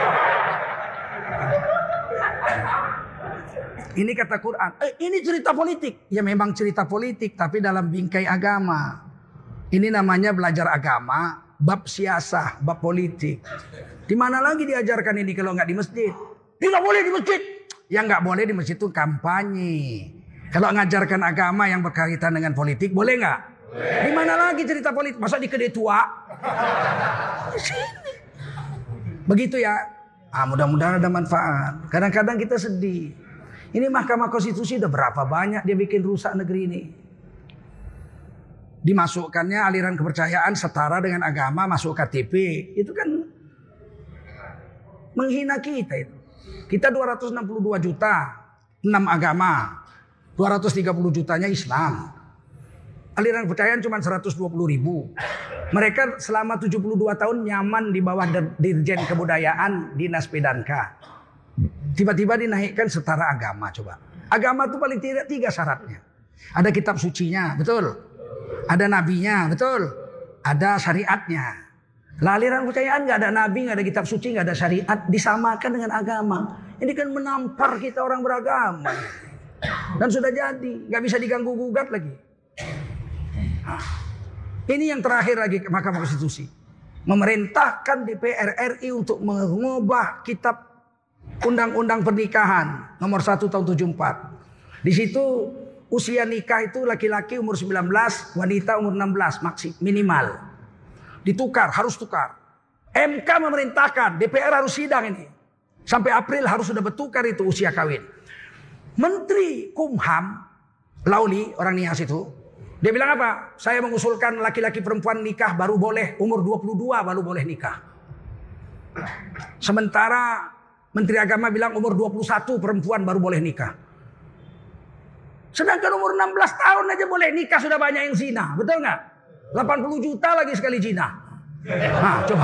Ini kata Quran. Eh, ini cerita politik. Ya memang cerita politik, tapi dalam bingkai agama. Ini namanya belajar agama. Bab siasah, bab politik. Di mana lagi diajarkan ini kalau nggak di masjid? Tidak boleh di masjid. Yang nggak boleh di masjid itu kampanye. Kalau ngajarkan agama yang berkaitan dengan politik, boleh nggak? Di mana lagi cerita politik? Masa di kedai tua? Di sini. Begitu ya. Ah, mudah-mudahan ada manfaat. Kadang-kadang kita sedih. Ini Mahkamah Konstitusi udah berapa banyak dia bikin rusak negeri ini. Dimasukkannya aliran kepercayaan setara dengan agama masuk K T P. Itu kan menghina kita itu. Kita dua ratus enam puluh dua juta, enam agama. dua ratus tiga puluh jutanya Islam. Aliran kepercayaan cuma seratus dua puluh ribu. Mereka selama tujuh puluh dua tahun nyaman di bawah Dirjen Kebudayaan Dinas Pedanka. Tiba-tiba dinaikkan setara agama, coba. Agama itu paling tidak tiga syaratnya. Ada kitab sucinya, betul. Ada nabinya, betul. Ada syariatnya. Lah aliran kepercayaan nggak ada nabi, nggak ada kitab suci, nggak ada syariat, disamakan dengan agama. Ini kan menampar kita orang beragama. Dan sudah jadi, nggak bisa diganggu gugat lagi. Nah, ini yang terakhir lagi Mahkamah Konstitusi. Memerintahkan D P R R I untuk mengubah kitab Undang-Undang Pernikahan nomor satu tahun tujuh puluh empat. Di situ usia nikah itu laki-laki umur sembilan belas, wanita umur enam belas maksimal minimal. Ditukar, harus tukar. M K memerintahkan, D P R harus sidang ini. Sampai April harus sudah bertukar itu usia kawin. Menteri Kumham, Lauli, orang Nias itu, dia bilang apa? Saya mengusulkan laki-laki perempuan nikah baru boleh, umur dua puluh dua baru boleh nikah. Sementara Menteri Agama bilang umur dua puluh satu perempuan baru boleh nikah. Sedangkan umur enam belas tahun aja boleh nikah, sudah banyak yang zina. Betul nggak? delapan puluh juta lagi sekali zina. Nah, coba.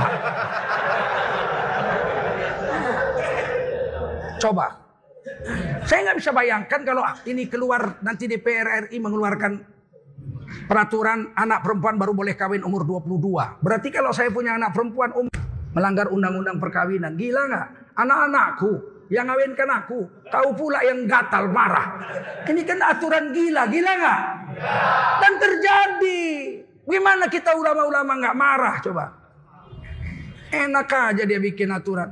Coba. Saya nggak bisa bayangkan kalau ini keluar nanti D P R R I mengeluarkan peraturan anak perempuan baru boleh kawin umur dua puluh dua. Berarti kalau saya punya anak perempuan umur melanggar undang-undang perkawinan. Gila nggak? Anak-anakku yang ngawinkan aku, kau pula yang gatal marah. Ini kan aturan gila, gila nggak? Dan terjadi. Gimana kita ulama-ulama nggak marah coba? Enak aja dia bikin aturan.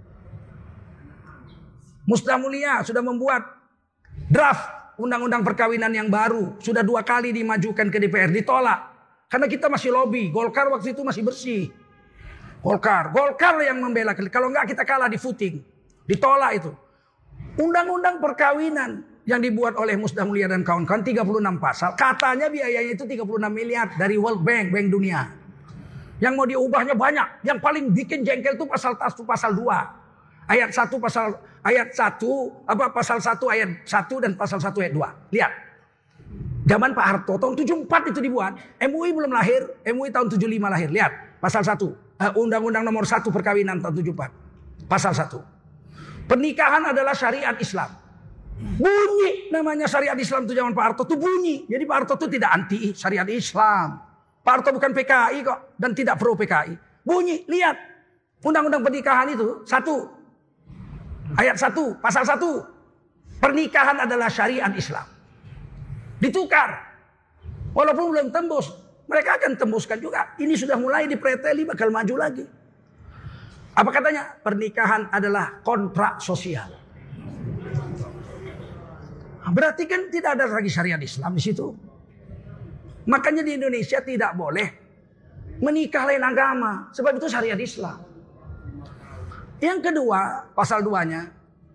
Musda Mulia sudah membuat draft undang-undang perkawinan yang baru. Sudah dua kali dimajukan ke D P R, ditolak. Karena kita masih lobby. Golkar waktu itu masih bersih. Golkar, Golkar yang membela. Kalau enggak kita kalah di footing. Ditolak itu. Undang-undang perkawinan yang dibuat oleh Musda Mulia dan kawan-kawan tiga puluh enam pasal. Katanya biayanya itu tiga puluh enam miliar dari World Bank, Bank Dunia. Yang mau diubahnya banyak. Yang paling bikin jengkel itu pasal satu, pasal dua. Ayat satu pasal ayat satu apa pasal satu ayat satu dan pasal satu ayat dua. Lihat. Zaman Pak Harto tahun tujuh puluh empat itu dibuat. M U I belum lahir, M U I tahun tujuh puluh lima lahir. Lihat, pasal satu. Uh, Undang-Undang nomor satu perkawinan tahun tujuh puluh empat. Pasal satu. Pernikahan adalah syariat Islam. Bunyi namanya syariat Islam itu zaman Pak Harto itu bunyi. Jadi Pak Harto itu tidak anti syariat Islam. Pak Harto bukan P K I kok dan tidak pro P K I. Bunyi, lihat. Undang-undang pernikahan itu satu. Ayat satu, pasal satu. Pernikahan adalah syariat Islam. Ditukar. Walaupun belum tembus. Mereka akan tembuskan juga. Ini sudah mulai dipreteli bakal maju lagi. Apa katanya? Pernikahan adalah kontrak sosial. Berarti kan tidak ada lagi syariat Islam di situ. Makanya di Indonesia tidak boleh menikah lain agama. Sebab itu syariat Islam. Yang kedua, pasal duanya,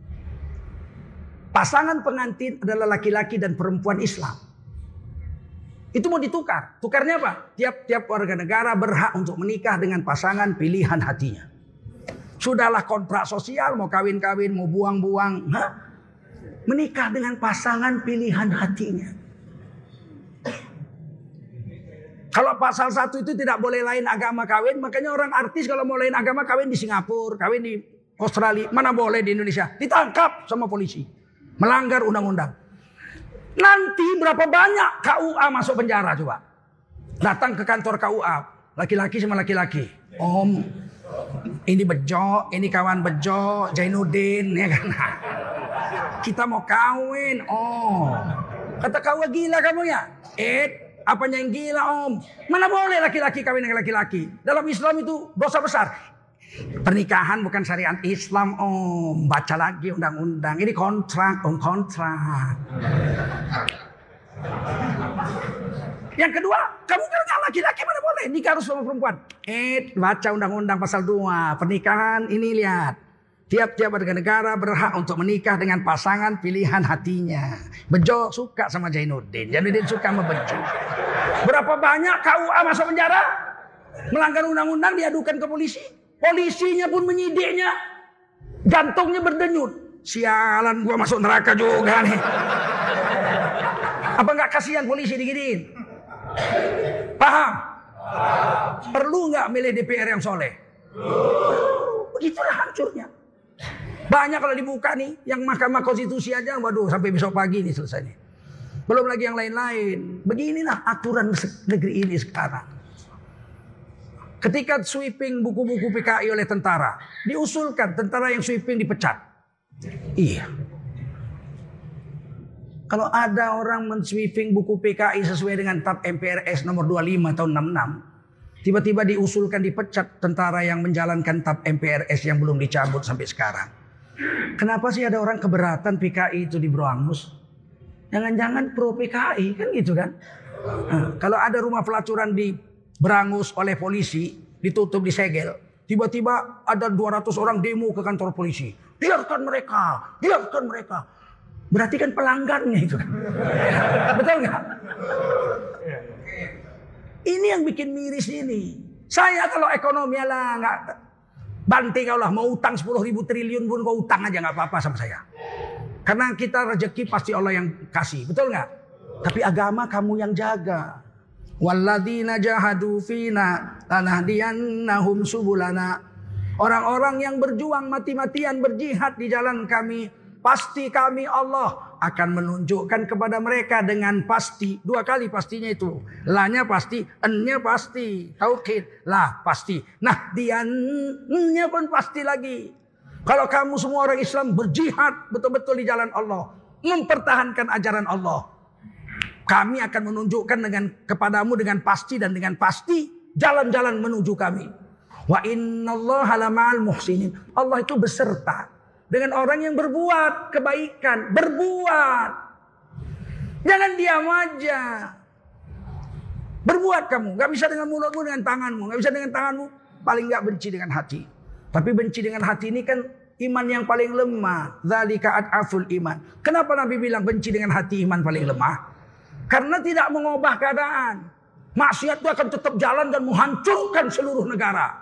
pasangan pengantin adalah laki-laki dan perempuan Islam. Itu mau ditukar. Tukarnya apa? Tiap-tiap warga negara berhak untuk menikah dengan pasangan pilihan hatinya. Sudahlah kontrak sosial, mau kawin-kawin, mau buang-buang. Hah? Menikah dengan pasangan pilihan hatinya. Kalau pasal satu itu tidak boleh lain agama kawin. Makanya orang artis kalau mau lain agama kawin di Singapura. Kawin di Australia. Mana boleh di Indonesia. Ditangkap sama polisi. Melanggar undang-undang. Nanti berapa banyak K U A masuk penjara coba. Datang ke kantor K U A. Laki-laki sama laki-laki. Om. Ini bejo. Ini kawan bejo. Jainuddin. Ya kan. Kita mau kawin. Oh. Kata K U A gila kamu ya. Eh. Apanya yang gila om? Mana boleh laki-laki kawin dengan laki-laki? Dalam Islam itu dosa besar. Pernikahan bukan syariat Islam om. Baca lagi undang-undang. Ini kontrak om, kontrak. Yang kedua, kamu kan laki-laki mana boleh nikah harus sama perempuan. Eh, baca undang-undang pasal dua. Pernikahan ini lihat. Tiap-tiap warga negara berhak untuk menikah dengan pasangan pilihan hatinya. Bejo suka sama Jainuddin. Jainuddin suka sama Bejo. Berapa banyak K U A masuk penjara? Melanggar undang-undang diadukan ke polisi. Polisinya pun menyidiknya. Jantungnya berdenyut. Sialan gua masuk neraka juga nih. Apa nggak kasihan polisi diginiin? Paham? Perlu nggak milih D P R yang soleh? Begitulah hancurnya. Banyak kalau dibuka nih, yang Mahkamah Konstitusi aja, waduh sampai besok pagi nih selesai nih. Belum lagi yang lain-lain. Beginilah aturan negeri ini sekarang. Ketika sweeping buku-buku P K I oleh tentara, diusulkan tentara yang sweeping dipecat. Iya. Kalau ada orang men-sweeping buku P K I sesuai dengan T A P M P R S nomor dua puluh lima tahun enam puluh enam, tiba-tiba diusulkan dipecat tentara yang menjalankan T A P M P R S yang belum dicabut sampai sekarang. Kenapa sih ada orang keberatan P K I itu di Berangus? Jangan-jangan pro P K I kan gitu kan? Nah, kalau ada rumah pelacuran di Berangus oleh polisi, ditutup, disegel, tiba-tiba ada dua ratus orang demo ke kantor polisi. Biarkan mereka, biarkan mereka. Berarti kan pelanggarnya itu kan. Betul nggak? Ini yang bikin miris ini. Saya kalau ekonomi lah nggak banting kau lah, mau utang sepuluh ribu triliun pun kau utang aja nggak apa-apa sama saya. Karena kita rezeki pasti Allah yang kasih, betul nggak? Tapi agama kamu yang jaga. Walladzina jahadu fina lanahdiyannahum subulana. Orang-orang yang berjuang mati-matian berjihad di jalan kami, pasti kami Allah akan menunjukkan kepada mereka dengan pasti. Dua kali pastinya itu. La-nya pasti, en-nya pasti. Taukid, la pasti. Nah, dian-nya pun pasti lagi. Kalau kamu semua orang Islam berjihad betul-betul di jalan Allah, mempertahankan ajaran Allah, kami akan menunjukkan dengan kepadamu dengan pasti dan dengan pasti jalan-jalan menuju kami. Wa innallaha lama'al muhsinin. Allah itu beserta dengan orang yang berbuat kebaikan. Berbuat. Jangan diam aja. Berbuat kamu. Gak bisa dengan mulutmu, dengan tanganmu. Gak bisa dengan tanganmu. Paling gak benci dengan hati. Tapi benci dengan hati ini kan iman yang paling lemah. Dzalika ad'aful iman. Kenapa Nabi bilang benci dengan hati iman paling lemah? Karena tidak mengubah keadaan. Maksiat itu akan tetap jalan dan menghancurkan seluruh negara.